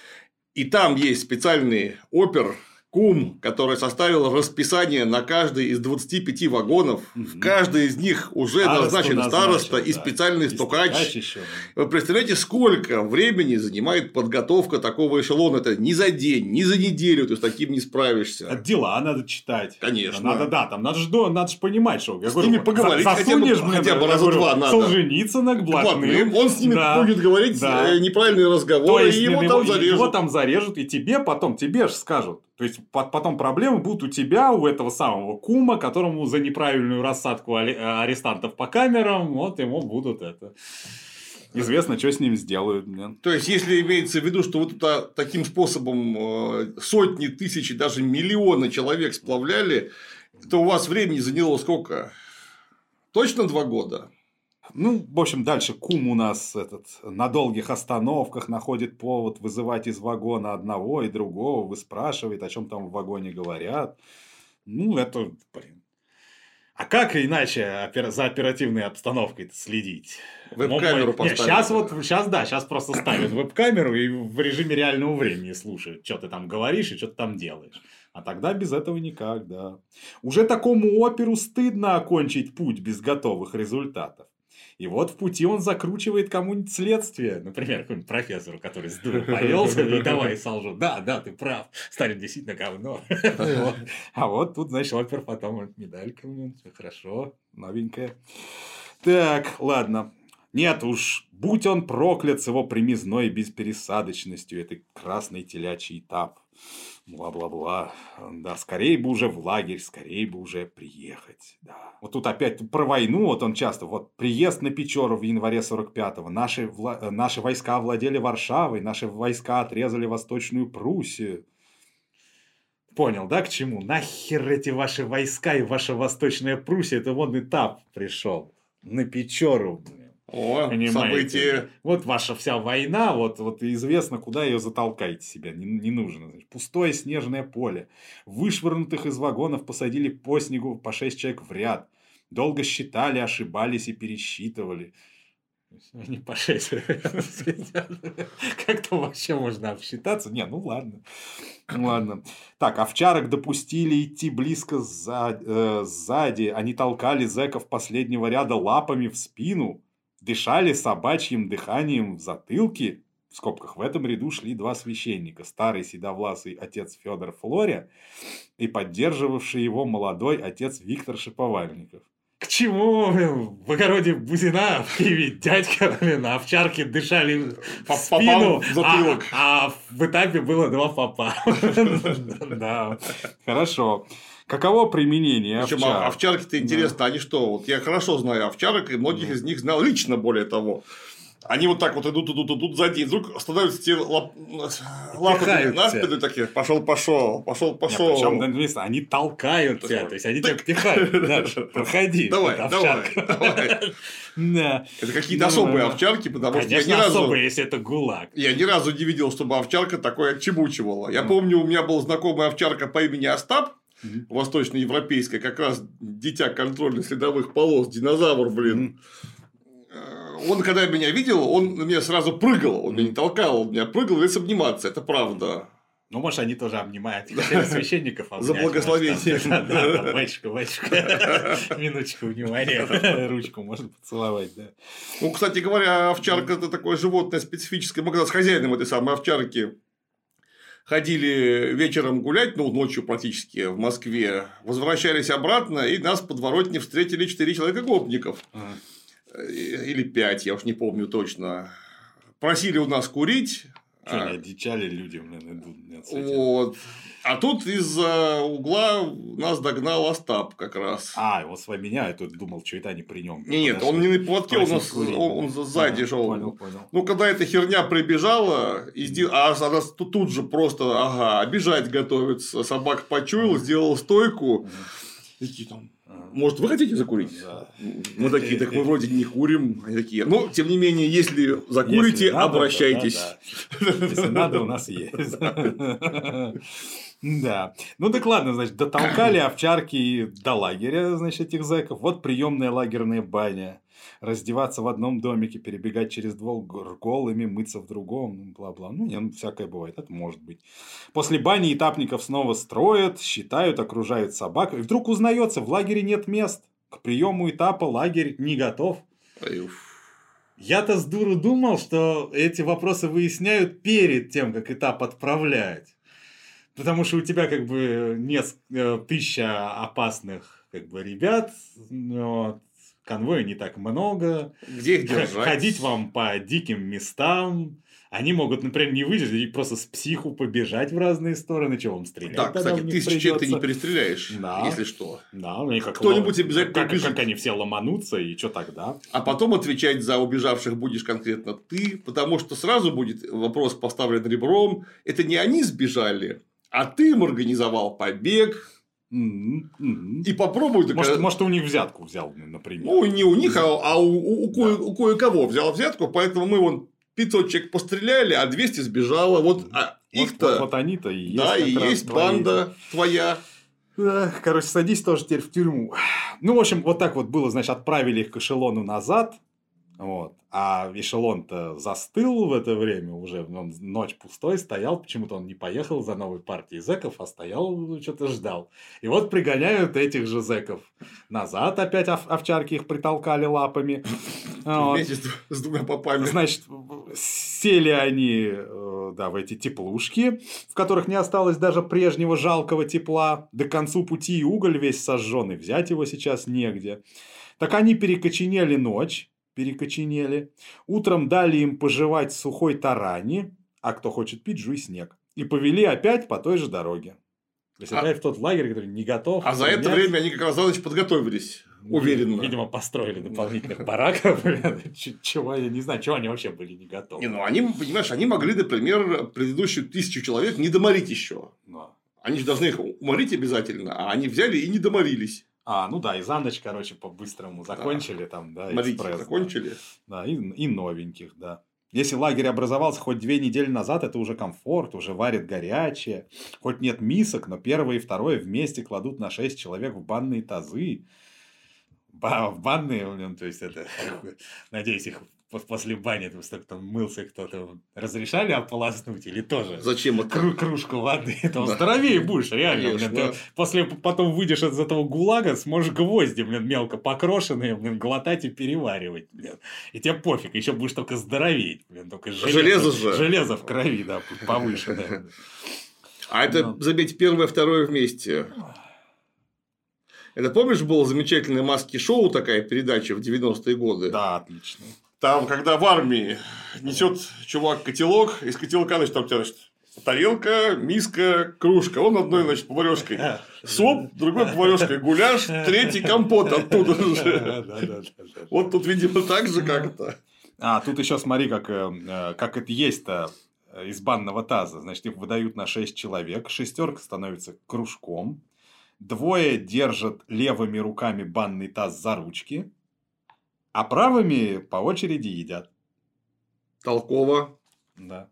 и там есть специальный опер, кум, который составил расписание на каждый из двадцати пяти вагонов. Угу. В каждой из них уже Старосту назначен староста назначил, и да. специальный И стукач. стукач еще. Вы представляете, сколько времени занимает подготовка такого эшелона? Это ни за день, ни за неделю ты с таким не справишься. Это дела надо читать. Конечно. Надо, да, там надо же, надо же понимать, что... Я с говорю, ними поговорить хотя бы, засунешь, хотя бы я раза говорю, два надо. Солженицына к блатным. Он с ними да, будет говорить да. неправильные разговоры, То есть, и его, его там зарежут. Его там зарежут, и тебе потом, тебе же скажут. То есть, потом проблемы будут у тебя, у этого самого кума, которому за неправильную рассадку арестантов по камерам, вот ему будут это... Известно, что с ним сделают. Блин. То есть, если имеется в виду, что вот это таким способом сотни тысяч, даже миллионы человек сплавляли, то у вас времени заняло сколько? Точно два года? Ну, в общем, дальше кум у нас этот, на долгих остановках находит повод вызывать из вагона одного и другого, выспрашивает, о чем там в вагоне говорят. Ну, это, блин. А как иначе за оперативной обстановкой следить? Веб-камеру поставить. Сейчас вот, сейчас да, сейчас просто ставят веб-камеру и в режиме реального времени слушают, что ты там говоришь и что ты там делаешь. А тогда без этого никак, да. Уже такому оперу стыдно окончить путь без готовых результатов. И вот в пути он закручивает кому-нибудь следствие, например, какому-нибудь профессору, который с дуру повелся, и давай Солжу, да, да, ты прав, Сталин действительно говно. А вот тут, значит, опер потом медалька, все хорошо, новенькая. Так, ладно. Нет уж, будь он проклят с его примизной беспересадочностью, этой красной телячий этап. Бла-бла-бла. Да, скорее бы уже в лагерь, скорее бы уже приехать. Да. Вот тут опять про войну, вот он часто, вот приезд на Печору в январе сорок пятого, наши, вла... наши войска овладели Варшавой, наши войска отрезали Восточную Пруссию. Понял, да, к чему? Нахер эти ваши войска и ваша Восточная Пруссия, это вон этап пришел на Печору. О, понимаете? События. Вот ваша вся война, вот, вот известно, куда ее затолкаете себя, не, не нужно. Пустое снежное поле. Вышвырнутых из вагонов посадили по снегу по шесть человек в ряд. Долго считали, ошибались и пересчитывали. Они по шесть сидят. Как-то вообще можно обсчитаться? Не, ну ладно. Ладно. Так, овчарок допустили идти близко сзади. э, сзади. Они толкали зэков последнего ряда лапами в спину, дышали собачьим дыханием в затылке. В скобках, в этом ряду шли два священника. Старый седовласый отец Федор Флоря и поддерживавший его молодой отец Виктор Шиповальников. К чему в огороде Бузина в Киеве дядька, блин, а овчарки дышали в спину, в затылок. а, а в этапе было два попа. Да, хорошо. Каково применение Причем овчарок? овчарки-то интересно, они что? Вот я хорошо знаю овчарок, и многих из них знал лично, более того. Они вот так вот идут, идут, идут сзади, и вдруг становятся те лап... лапы на спину, такие, пошел, пошел, пошел, пошел. Причем, они толкают тебя, то есть они тебя пихают дальше. Проходи. Давай, давай, давай. Да. Это какие-то особые овчарки, потому что я ни Конечно, разу... особые, если это ГУЛАГ. Я ни разу не видел, чтобы овчарка такое отчебучивала. Я помню, у меня был знакомый овчарка по имени Остап, восточноевропейская, как раз дитя контрольно-следовых полос, динозавр, блин. Он, когда меня видел, он на меня сразу прыгал, он меня не толкал, он меня прыгал, и обниматься, это правда. Ну, может, они тоже обнимают. Хотели священников обнять. За благословение. Да, да, батюшка, батюшка. Минуточку внимания. Ручку можно поцеловать, да. Ну, кстати говоря, овчарка – это такое животное специфическое. Мы когда с хозяином этой самой овчарки ходили вечером гулять, ну, ночью практически в Москве, возвращались обратно, и нас в подворотне встретили четыре человека гопников. Ага. Или пять, я уж не помню точно. Просили у нас курить. Что, не одичали люди, блин, идут. Нет, вот. А тут из-за угла нас догнал Остап как раз. А, его с вами меня, я тут думал, что это они при нем. Нет, он не на поводке, он, нас, он, он сзади шел. Понял, понял. Ну, когда эта херня прибежала, и сдел... а она тут, тут же просто, ага, обижать готовится. Собака почуял, сделал стойку. Такие там. Может, вы хотите закурить? Да. Мы такие, так мы вроде не курим. Они такие, но, тем не менее, если закурите, если надо, обращайтесь. Да, да. Если надо, у нас есть. Да. Ну так ладно, значит, дотолкали овчарки до лагеря, значит, этих зэков. Вот приемная лагерная баня. Раздеваться в одном домике, перебегать через двор голыми, мыться в другом, бла-бла. Ну, не, ну, всякое бывает, это может быть. После бани этапников снова строят, считают, окружают собак. И вдруг узнается, в лагере нет мест. К приему этапа лагерь не готов. Я-то с дуру думал, что эти вопросы выясняют перед тем, как этап отправлять. Потому что у тебя как бы нет тысяча опасных как бы ребят, вот. Конвоя не так много. Где их держать? Ходить вам по диким местам. Они могут, например, не выдержать и просто с психу побежать в разные стороны. Чего вам стрелять? Да, кстати, тысячи ты не перестреляешь, да. Если что. Да, как кто-нибудь лом... обязательно как, как они все ломанутся, и что тогда? А потом отвечать за убежавших будешь конкретно ты, потому что сразу будет вопрос поставлен ребром. Это не они сбежали, а ты им организовал побег. Mm-hmm. И попробуй. Может, так... может, у них взятку взял, например. Ну, не у них, а, а у, у, у, кое, у кое-кого взял взятку, поэтому мы вон пятьсот человек постреляли, а двести сбежало. Вот, а вот, их-то. Вот, вот они-то и есть. Да, и есть банда твоя. Короче, садись тоже теперь в тюрьму. Ну, в общем, вот так вот было, значит, отправили их к эшелону назад. Вот. А эшелон-то застыл в это время уже, он ночь пустой стоял, почему-то он не поехал за новой партией зэков, а стоял, что-то ждал. И вот пригоняют этих же зэков назад, опять ов- овчарки их притолкали лапами. Вместе вот. С двумя попами. Значит, сели они да, в эти теплушки, в которых не осталось даже прежнего жалкого тепла. До концу пути и уголь весь сожжен, и взять его сейчас негде. Так они перекоченели ночь. Перекоченели. Утром дали им пожевать сухой тарани, а кто хочет пить, жуй снег. И повели опять по той же дороге. То есть, а... опять в тот лагерь, который не готов. А за это время они как раз значит, подготовились. Уверенно. Видимо, построили дополнительных бараков. Чего, я не знаю, чего они вообще были не готовы. Не, ну, они, понимаешь, они могли, например, предыдущую тысячу человек не доморить еще. Они же должны их уморить обязательно, а они взяли и не доморились. А, ну да, и за ночь, короче, по-быстрому закончили да. там, да, экспресс. Закончили. Да, и, и новеньких, да. Если лагерь образовался хоть две недели назад, это уже комфорт, уже варят горячее. Хоть нет мисок, но первое и второе вместе кладут на шесть человек в банные тазы. Ба- в банные, то есть это, надеюсь, их после бани там столько там мылся кто-то, разрешали ополоснуть или тоже? Зачем это? Кру- кружку воды, там да. Здоровее будешь, реально, блин, ты после потом выйдешь из этого гулага, сможешь гвозди, блин, мелко покрошенные, блин, глотать и переваривать, блин, и тебе пофиг, еще будешь только здороветь, блин, только железо, железо же. Железо в крови, да, повыше, да. А это, Но... заметьте, первое, второе вместе. Это, помнишь, было замечательное маски-шоу, такая передача в девяностые годы? Да, отлично. Там, когда в армии несет чувак котелок, из котелка, значит, там у тебя, значит, тарелка, миска, кружка. Он одной, значит, поварёшкой суп, другой поварёшкой гуляш, третий компот оттуда же. Вот тут, видимо, так же как-то. А, тут еще смотри, как, как это есть-то из банного таза. Значит, их выдают на шесть человек, шестерка становится кружком, двое держат левыми руками банный таз за ручки, а правыми по очереди едят. Толково. Да.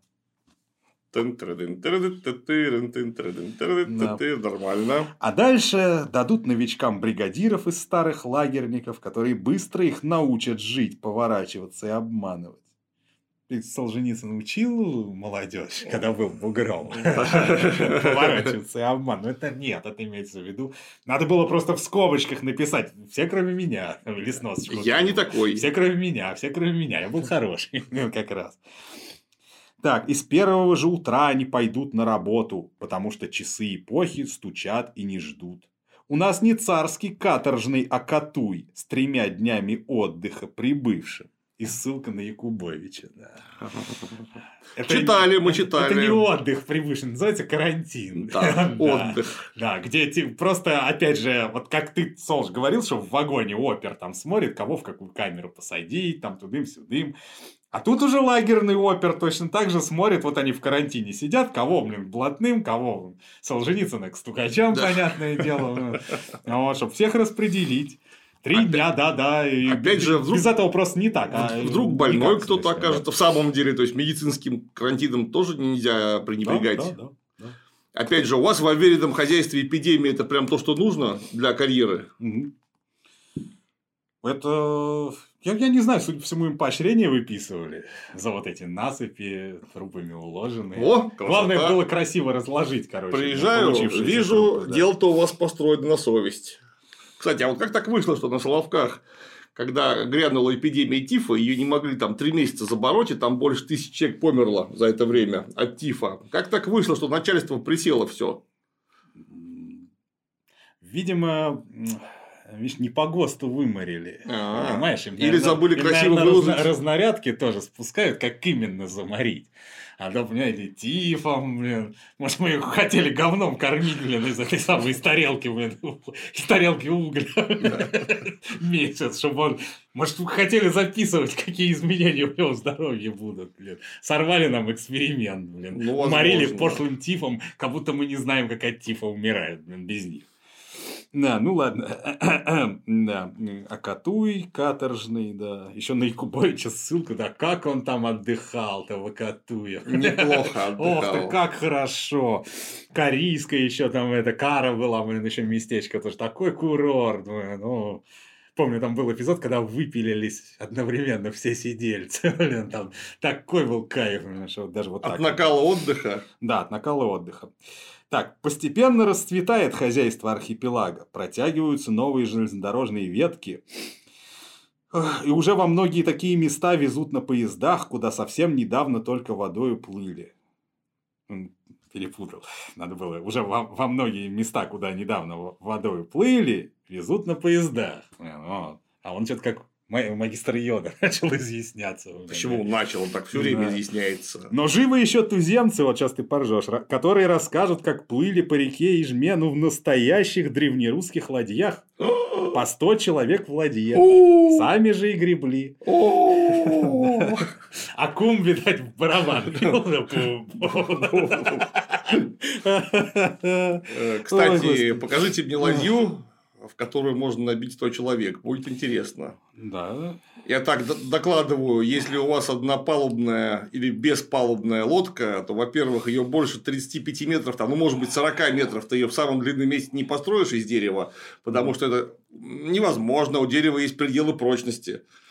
Нормально. А дальше дадут новичкам бригадиров из старых лагерников, которые быстро их научат жить, поворачиваться и обманывать. Ты Солженицын учил молодежь, когда был бугром, поворачиваться и обманывать? Это нет, это имеется в виду. Надо было просто в скобочках написать: все кроме меня, или сносочку. Я не такой. Все кроме меня, все кроме меня. Я был хороший, как раз. Так, и с первого же утра они пойдут на работу, потому что часы эпохи стучат и не ждут. У нас не царский каторжный Акатуй с тремя днями отдыха прибывшим. И ссылка на Якубовича. Да. Это, читали, мы читали. Это не отдых прибывший, называется карантин. Да, отдых. Да, где просто, опять же, вот как ты, Солж, говорил, что в вагоне опер там смотрит, кого в какую камеру посадить, там тудым-сюдым. А тут уже лагерный опер точно так же смотрит, вот они в карантине сидят, кого, блин, блатным, кого Солженицына к стукачам, да. Понятное дело. Вот, чтобы всех распределить. Три опять, дня, да, да. И опять же, вдруг, без этого просто не так. А вдруг больной кто-то окажется. Да. В самом деле, то есть медицинским карантином тоже нельзя пренебрегать. Да, да, да, да. Опять же, у вас в уверенном хозяйстве эпидемия — это прям то, что нужно для карьеры. Угу. Это... Я, я не знаю, судя по всему, им поощрение выписывали за вот эти насыпи, трупами уложенные. О, главное было красиво разложить, короче. Приезжаю, вижу, трупы, да. Дело-то у вас построено на совесть. Кстати, а вот как так вышло, что на Соловках, когда грянула эпидемия тифа, ее не могли там три месяца забороть, и там больше тысячи человек померло за это время от тифа. Как так вышло, что начальство присело все? Видимо, видишь, не по ГОСТу выморили. А-а-а. Понимаешь? Им, или наверное, забыли им, красиво наверное, выложить. Разнарядки тоже спускают, как именно заморить. А то, понимаете, тифом, блин. Может, мы их хотели говном кормить, блин, из этой самой из тарелки, блин, из тарелки угля. Месяц, чтобы он... Может, вы хотели записывать, какие изменения у него в здоровье будут, блин. Сорвали нам эксперимент, блин. Ну, морили пошлым тифом, как будто мы не знаем, как от тифа умирают, блин, без них. Да, ну ладно. Да, Акатуй каторжный, да. Еще на Якубовича ссылка, да, как он там отдыхал-то в Акатуе. Неплохо отдыхал. Ох ты, как хорошо. Корейская еще там, это, Кара была, блин, еще местечко тоже. Такой курорт, блин, ну... Помню, там был эпизод, когда выпилились одновременно все сидельцы. Блин, там такой был кайф, что даже вот так. От накала отдыха. Да, от накала отдыха. Так, постепенно расцветает хозяйство архипелага, протягиваются новые железнодорожные ветки, и уже во многие такие места везут на поездах, куда совсем недавно только водой плыли. Перепутал. Надо было уже во, во многие места, куда недавно водой плыли, везут на поездах. Вот. А он что-то как магистр Йода начал изъясняться. Почему он начал? Он так все время да. изъясняется. Но живы еще туземцы, вот сейчас ты поржешь, которые расскажут, как плыли по реке Ижмену в настоящих древнерусских ладьях. По сто человек в ладье. Сами же и гребли. А кум, видать, в барабан. Кстати, покажите мне ладью, в которую можно набить сто человек. Будет интересно. Да. Я так докладываю, если у вас однопалубная или беспалубная лодка, то, во-первых, ее больше тридцати пяти метров, там, ну, может быть, сорока метров, ты ее в самом длинном месте не построишь из дерева, потому что это невозможно, у дерева есть пределы прочности.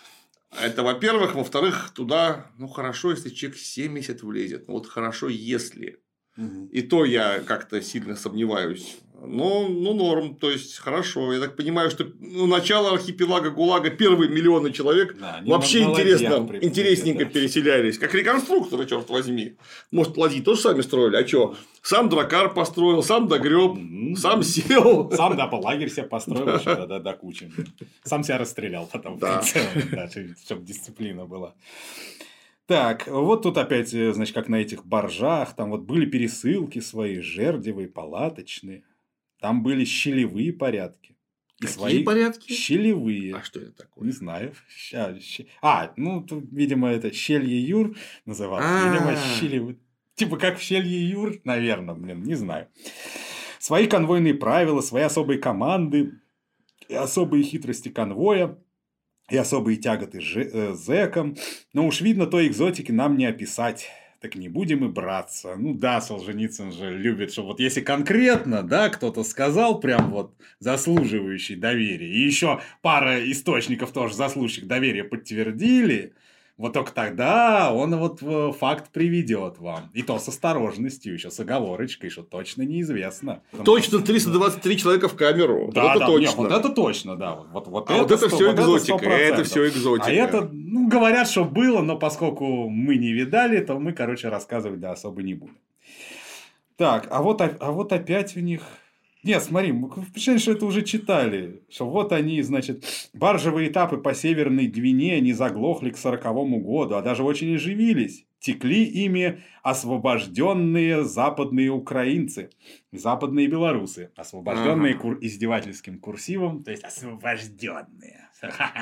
Это, во-первых. Во-вторых, туда, ну, хорошо, если человек семьдесят влезет. Ну, вот хорошо, если. Угу. И то я как-то сильно сомневаюсь. Но, ну, норм, то есть, хорошо. Я так понимаю, что ну, начало архипелага ГУЛАГа, первые миллионы человек да, вообще интересно, интересненько да. переселялись. Как реконструкторы, черт возьми. Может, ладьи тоже сами строили, а что? Сам дракар построил, сам догреб, mm-hmm. сам сел. Сам, да, лагерь себе построил еще до, до, до кучи. Сам себя расстрелял потом. Да. Да, чтобы дисциплина была. Так, вот тут опять, значит, как на этих баржах, там вот были пересылки свои, жердевые, палаточные. Там были щелевые порядки. И Какие свои порядки? Щелевые. А что это такое? Не знаю. Ща, щ... А, ну, тут, видимо, это Щелье-Юр называлось. А-а-а. Видимо, щелевые. Типа как в Щелье-Юр, наверное, блин, не знаю. Свои конвойные правила, свои особые команды, и особые хитрости конвоя, и особые тяготы ж... зэкам. Но уж видно, той экзотики нам не описать. Так не будем и браться. Ну да, Солженицын же любит, что вот если конкретно, да, кто-то сказал прям вот заслуживающий доверия, и еще пара источников тоже заслуживающих доверия подтвердили, вот только тогда он вот факт приведет вам. И то с осторожностью, еще с оговорочкой, что точно неизвестно. Точно триста двадцать три человека в камеру. Да, вот это да, точно. Нет, вот это точно, да. Вот, вот а это вот это сто, все вот экзотика. Это, это все экзотика. А это, ну, говорят, что было, но поскольку мы не видали, то мы, короче, рассказывать да, особо не будем. Так, а вот, а вот опять у них... Нет, смотри, мы впечатление, что это уже читали, что вот они, значит, баржевые этапы по Северной Двине не заглохли к сороковому году, а даже очень оживились. Текли ими освобожденные западные украинцы, западные белорусы, освобожденные ага. кур... издевательским курсивом, то есть освобожденные.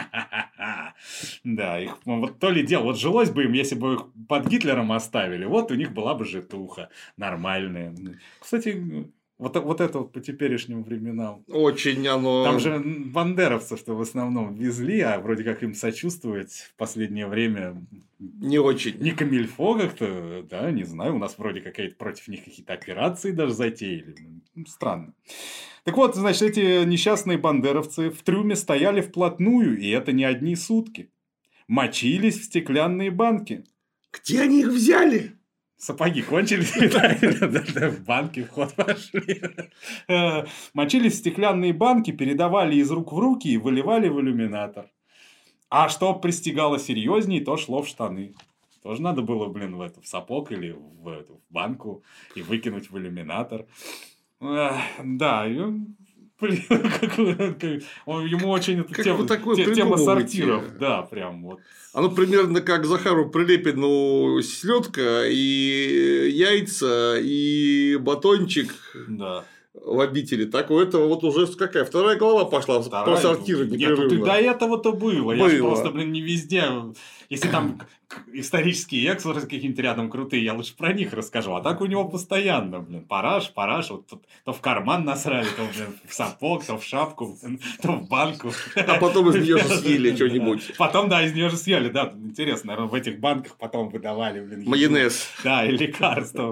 Да, их вот то ли дело, вот жилось бы им, если бы их под Гитлером оставили, вот у них была бы житуха нормальная. Кстати... Вот, вот это вот по теперешним временам. Очень оно... Там же бандеровцев-то в основном везли, а вроде как им сочувствовать в последнее время... Не очень. Не камильфо как-то, да, не знаю. У нас вроде какие-то против них какие-то операции даже затеяли. Странно. Так вот, значит, эти несчастные бандеровцы в трюме стояли вплотную, и это не одни сутки. Мочились в стеклянные банки. Где они их взяли? Сапоги кончились, в банки в ход пошли. Мочились в стеклянные банки, передавали из рук в руки и выливали в иллюминатор. А что пристигало серьезнее, то шло в штаны. Тоже надо было, блин, в, это, в сапог или в, эту, в банку и выкинуть в иллюминатор. Да, блин, как, он, ему очень эта тема, те, тема сортиров. Да, прям вот. Оно примерно как Захару Прилепину селедка и яйца и батончик да. в обители. Так у этого вот уже какая? Вторая глава пошла Вторая? про сортиры непрерывно. Нет, тут и до этого-то было. было. Я же просто, блин, не везде. Если там исторические экскурсы какие-нибудь рядом крутые, я лучше про них расскажу. А так у него постоянно, блин, параш, параш. Вот тут, то в карман насрали, то, блин, в сапог, то в шапку, то в банку. А потом из нее же съели что-нибудь. Потом, да, из нее же съели. Да, интересно, наверное, в этих банках потом выдавали, блин. Майонез. Да, и лекарства.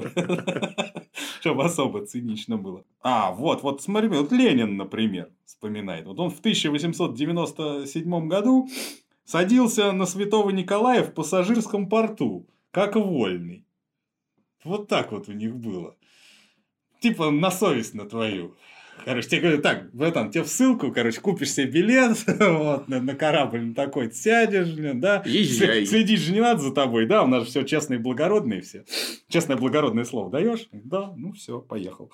Чтобы особо цинично было. А, вот, вот смотри, вот Ленин, например, вспоминает. Вот он в тысяча восемьсот девяносто седьмом году садился на Святого Николая в пассажирском порту, как вольный. Вот так вот у них было. Типа на совесть на твою. Короче, тебе говорят, так, братан, тебе в ссылку, короче, купишь себе билет, вот, на, на корабль на такой сядешь, блин, да. Езжай. Следить же не надо за тобой, да, у нас же все честные и благородные все. Честное благородное слово даешь? Да, ну все, поехал.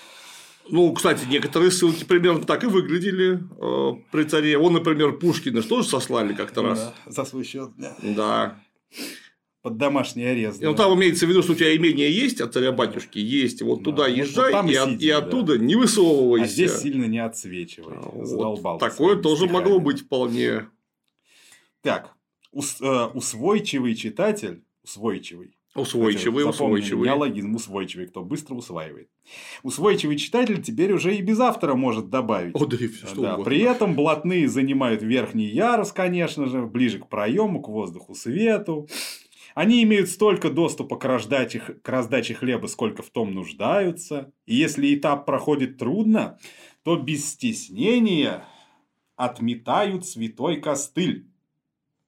Ну, кстати, некоторые ссылки примерно так и выглядели э, при царе. Он, например, Пушкина же тоже сослали как-то раз. Да, за свой счет. Да. да. Под домашний арест. Ну, да. Там имеется в виду, что у тебя имение есть от царя-батюшки, есть. Вот да, туда вот езжай вот и, и, сиди, и оттуда да. не высовывайся. А здесь сильно не отсвечивай. Вот. Задолбал. Такое тоже стихами. Могло быть вполне. Так, ус, э, усвойчивый читатель, усвойчивый. Усвойчивый, усвойчивый. Неологизм усвойчивый, кто быстро усваивает. Усвойчивый читатель теперь уже и без автора может добавить. О, да и все, что да. При этом блатные занимают верхний ярус, конечно же, ближе к проему, к воздуху, свету. Они имеют столько доступа к раздаче, к раздаче хлеба, сколько в том нуждаются. И если этап проходит трудно, то без стеснения отметают святой костыль.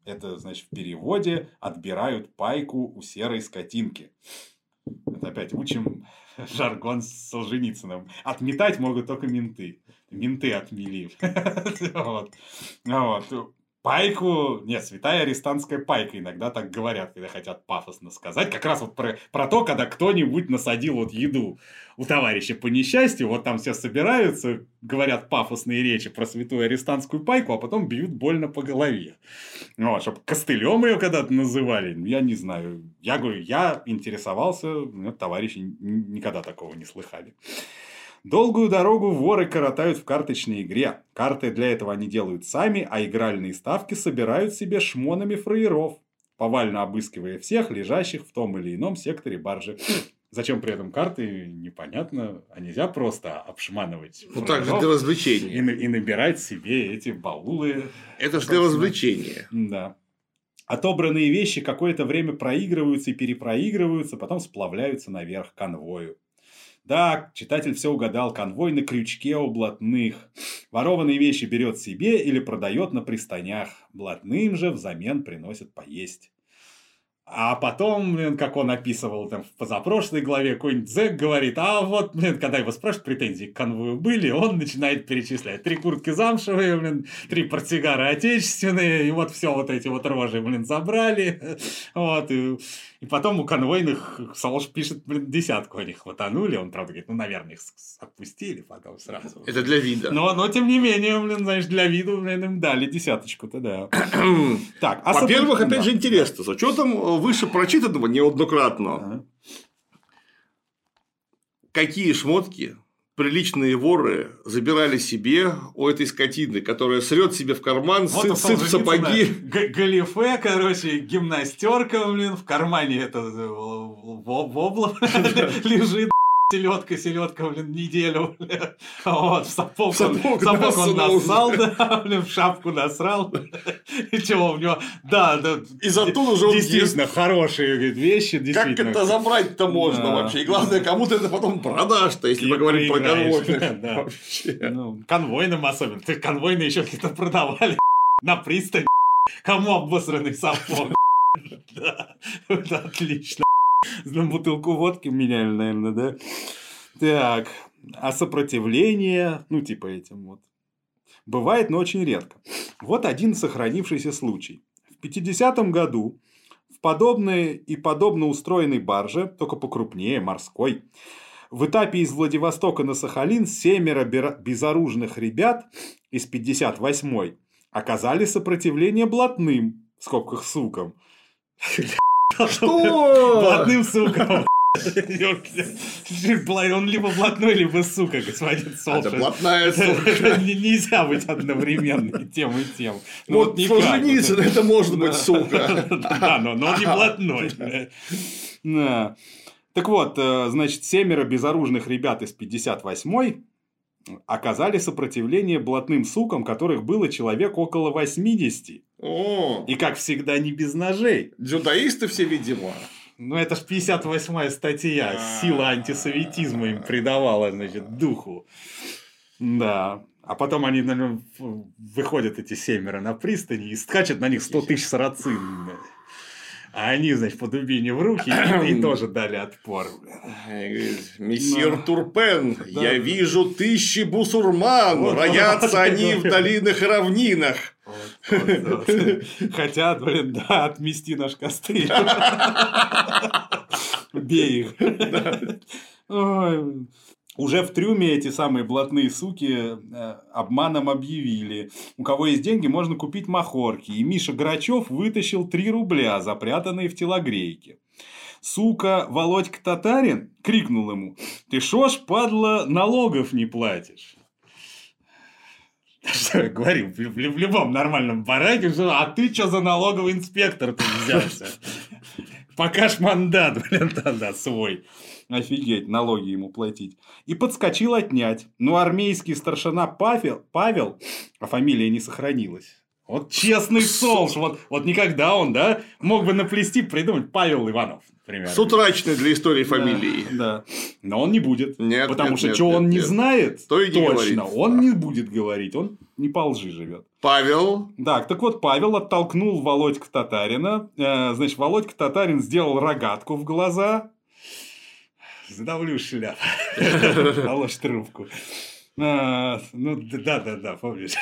Это, значит, в переводе «отбирают пайку у серой скотинки». Это опять учим жаргон с Солженицыным. Отметать могут только менты. Менты отмели. Вот. Вот. Пайку, нет, святая арестантская пайка, иногда так говорят, когда хотят пафосно сказать. Как раз вот про, про то, когда кто-нибудь насадил вот еду у товарища по несчастью, вот там все собираются, говорят пафосные речи про святую арестантскую пайку, а потом бьют больно по голове. Вот, чтобы костылем ее когда-то называли, я не знаю. Я говорю, я интересовался, но товарищи никогда такого не слыхали. Долгую дорогу воры коротают в карточной игре. Карты для этого они делают сами, а игральные ставки собирают себе шмонами фраеров, повально обыскивая всех, лежащих в том или ином секторе баржи. Зачем при этом карты, непонятно. А нельзя просто обшманывать ну, так же для развлечения. И, и набирать себе эти баулы. Это же для развлечения. Да. Отобранные вещи какое-то время проигрываются и перепроигрываются, потом сплавляются наверх к конвою. Да, читатель все угадал. Конвой на крючке у блатных. Ворованные вещи берет себе или продает на пристанях. Блатным же взамен приносят поесть. А потом, блин, как он описывал там в позапрошлой главе, какой-нибудь зэк говорит, а вот, блин, когда его спрашивают, претензии к конвою были, он начинает перечислять. Три куртки замшевые, блин, три портсигара отечественные, и вот все вот эти вот рожи, блин, забрали. Вот, и, и потом у конвойных Солж пишет, блин, десятку они хватанули. Он, правда, говорит, ну, наверное, их отпустили потом сразу. Это для вида. Но, но тем не менее, блин, знаешь, для виду, блин, им дали десяточку-то, да. Так, а во-первых, сопро... опять да. же интересно, с учетом выше прочитанного неоднократно, ага. какие шмотки приличные воры забирали себе у этой скотины, которая срет себе в карман, вот сыт, сыт в сапоги. Галифе, короче, гимнастерка, блин, в кармане это вобла лежит. Селедка, селедка, блин, неделю, блин. Вот, в сапог, в сапог, он, в сапог он насрал, да, блин, в шапку насрал. И чего у него, да, да. И зато уже он действительно ест. Хорошие говорит, вещи, действительно. Как это забрать-то можно да. вообще? И главное, кому ты это потом продашь-то, если мы говорим про конвойных. Да. Ну, конвойным особенно. Ты конвойные еще какие-то продавали на пристань. Кому обосранный сапог? Да, это отлично. На бутылку водки меняли, наверное, да? Так, а сопротивление, ну, типа этим вот, бывает, но очень редко. Вот один сохранившийся случай. В пятидесятом году в подобной и подобно устроенной барже, только покрупнее, морской, в этапе из Владивостока на Сахалин семеро безоружных ребят из пятьдесят восьмой оказали сопротивление блатным, в скобках сукам. Что? Блатным сукам. Он либо блатной, либо сука, господин Солж. Это блатная сука. Нельзя быть одновременно и тем, и тем. Вот Солженицын, это может быть сука. Да, но он не блатной. Так вот, значит, семеро безоружных ребят из пятьдесят восьмой оказали сопротивление блатным сукам, которых было человек около восьмидесяти. О! И, как всегда, не без ножей. Дзюдоисты все, видимо. Ну, это ж пятьдесят восьмая статья. Сила антисоветизма им придавала, значит, духу. Да. А потом они, наверное, выходят, эти семеро, на пристани и скачут на них сто тысяч сарацин. А они, значит, по дубине в руки и, и тоже дали отпор. Месье Но... Турпен, да, я да. вижу тысячи бусурман, вот, роятся вот, они в долинах и равнинах. Вот, вот, вот. Хотят, блин, да, отмести наш костыль. Бей их. Ой. Уже в трюме эти самые блатные суки э, обманом объявили. У кого есть деньги, можно купить махорки. И Миша Грачев вытащил три рубля, запрятанные в телогрейке. Сука, Володька Татарин крикнул ему: «Ты шо ж, падла, налогов не платишь?» Что я говорю, в, в, в любом нормальном бараке, что, а ты что за налоговый инспектор тут взялся? Покажь мандат, блин, тогда свой. Офигеть, налоги ему платить. И подскочил отнять. Но армейский старшина Павел, Павел, а фамилия не сохранилась. Вот честный Солш. Вот, вот никогда он, да, мог бы наплести, придумать Павел Иванов. Примерно. С утраченной для истории фамилией. Да, да. Но он не будет. Нет, потому нет, что нет, что нет, он не нет. знает, То и не точно, говорит. он не будет говорить. Он не по лжи живет. Павел. Так, так вот, Павел оттолкнул Володька Татарина. Э, значит, Володька Татарин сделал рогатку в глаза. Задавлю шляпу. Положь трубку. А, ну, да-да-да, помнишь.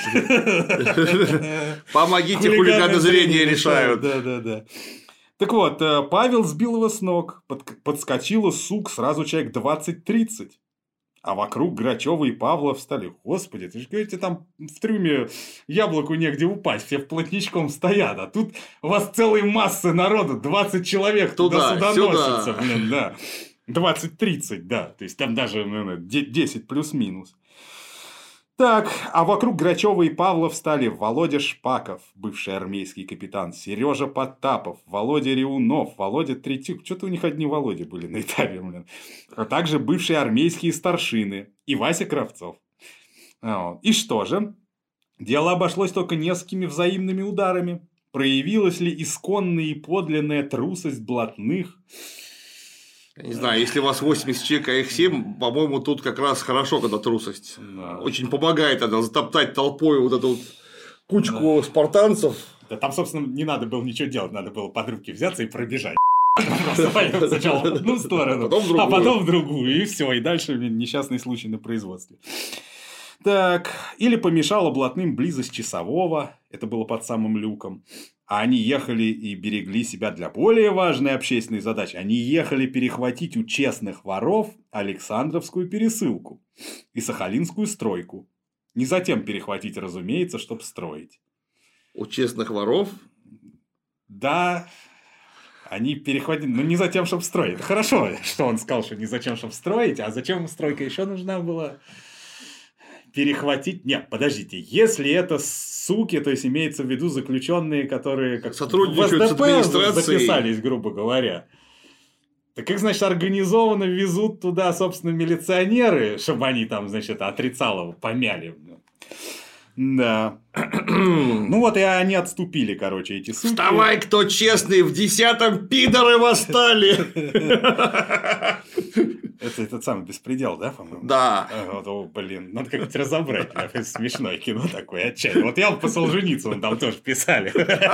Помогите, хулиганы зрения решают. Да-да-да. Так вот, Павел сбил его с ног. Подскочила сук сразу человек двадцать-тридцать. А вокруг Грачева и Павла встали. Господи, ты же говорите, там в трюме яблоку негде упасть, все вплотничком стоят. А тут у вас целые массы народу, двадцать человек туда-сюда носятся. Блин, да. двадцать-тридцать, да. То есть там даже ну, десять плюс-минус. Так, а вокруг Грачева и Павла встали Володя Шпаков, бывший армейский капитан, Сережа Потапов, Володя Реунов, Володя Третьюк. Что-то у них одни Володи были на этапе, блин. А также бывшие армейские старшины и Вася Кравцов. Вот. И что же? Дело обошлось только несколькими взаимными ударами. Проявилась ли исконная и подлинная трусость блатных? Не знаю, если у вас восемьдесят человек, а их семь, по-моему, тут как раз хорошо, когда трусость. Да. Очень помогает это затоптать толпой вот эту вот кучку да. спартанцев. Да там, собственно, не надо было ничего делать, надо было под руки взяться и пробежать. Просто пойдем сначала в одну сторону, а потом в другую, и все, и дальше несчастный случай на производстве. Так, или помешала блатным близость часового, это было под самым люком. А они ехали и берегли себя для более важной общественной задачи. Они ехали перехватить у честных воров Александровскую пересылку и Сахалинскую стройку. Не затем перехватить, разумеется, чтобы строить. У честных воров? Да, они перехватили, но не затем, чтобы строить. Хорошо, что он сказал, что не зачем, чтобы строить, а зачем стройка еще нужна была? Перехватить... Нет, подождите. Если это суки, то есть имеется в виду заключенные, которые как сотрудничают с администрацией, записались, грубо говоря. Так как, значит, организованно везут туда, собственно, милиционеры, чтобы они там, значит, отрицалово помяли. Да. Ну вот и они отступили, короче, эти суки. Вставай, кто честный, в десятом пидоры восстали. Это этот самый беспредел, да, по-моему? Да. Вот, о, блин, надо как-нибудь разобрать. Смешное кино такое, отчаянно. Вот я по Солженицыну там тоже писали.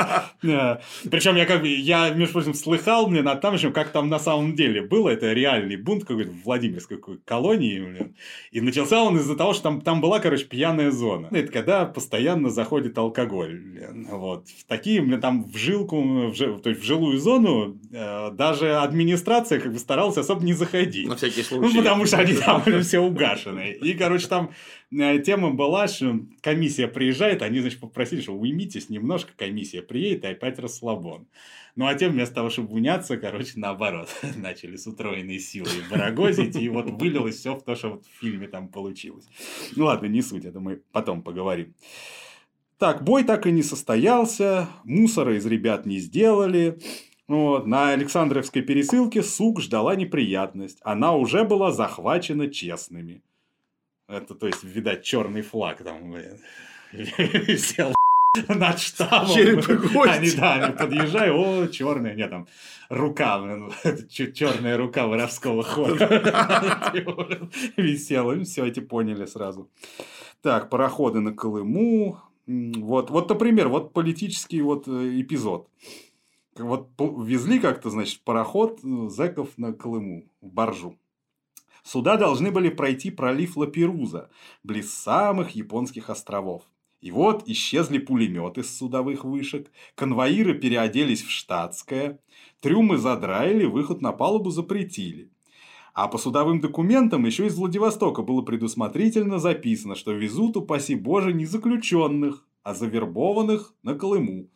Причем я как бы, я, между прочим, слыхал, блин, а там еще как там на самом деле было. Это реальный бунт какой-то в Владимирской колонии, блин. И начался он из-за того, что там, там была, короче, пьяная зона. Это когда постоянно заходит алкоголь. Блин. Вот. В такие, блин, там в жилку, в, жи, то есть в жилую зону э, даже администрация как бы старалась особо не заходить. На всякий случай. Ну, потому что они там все угашены. И, короче, там тема была, что комиссия приезжает, они, значит, попросили, что уймитесь немножко, комиссия приедет, и опять расслабон. Ну, а те вместо того, чтобы уняться, короче, наоборот, начали с утроенной силой барагозить, и вот вылилось все в то, что вот в фильме там получилось. Ну, ладно, не суть, это мы потом поговорим. Так, бой так и не состоялся, мусора из ребят не сделали. Вот. На Александровской пересылке сук ждала неприятность. Она уже была захвачена честными. Это, то есть, видать, черный флаг там, блин, висел над штабом. Они, да, они подъезжают, о, черная, нет, там, рука, блин, черная рука воровского хода висела. Все эти поняли сразу. Так, пароходы на Колыму. Вот, вот, например, вот политический вот эпизод. Вот везли как-то, значит, пароход зэков на Колыму, в баржу. Суда должны были пройти пролив Лаперуза, близ самых японских островов. И вот исчезли пулеметы с судовых вышек, конвоиры переоделись в штатское, трюмы задраили, выход на палубу запретили. А по судовым документам еще из Владивостока было предусмотрительно записано, что везут, упаси Боже, не заключенных, а завербованных на Колыму.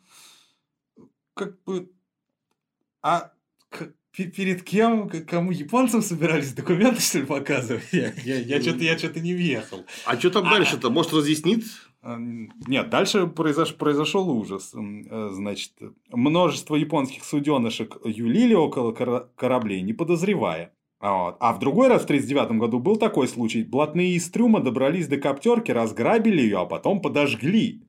Как бы... А перед кем, кому, японцам собирались документы, что ли, показывать? Я, я, я что-то я что-то не въехал. А что там а... дальше-то? Может, разъяснит? Нет, дальше произош... произошел ужас. Значит, множество японских суденышек юлили около кораблей, не подозревая. Вот. А в другой раз, в тридцать девятом году, был такой случай. Блатные из трюма добрались до коптерки, разграбили ее, а потом подожгли.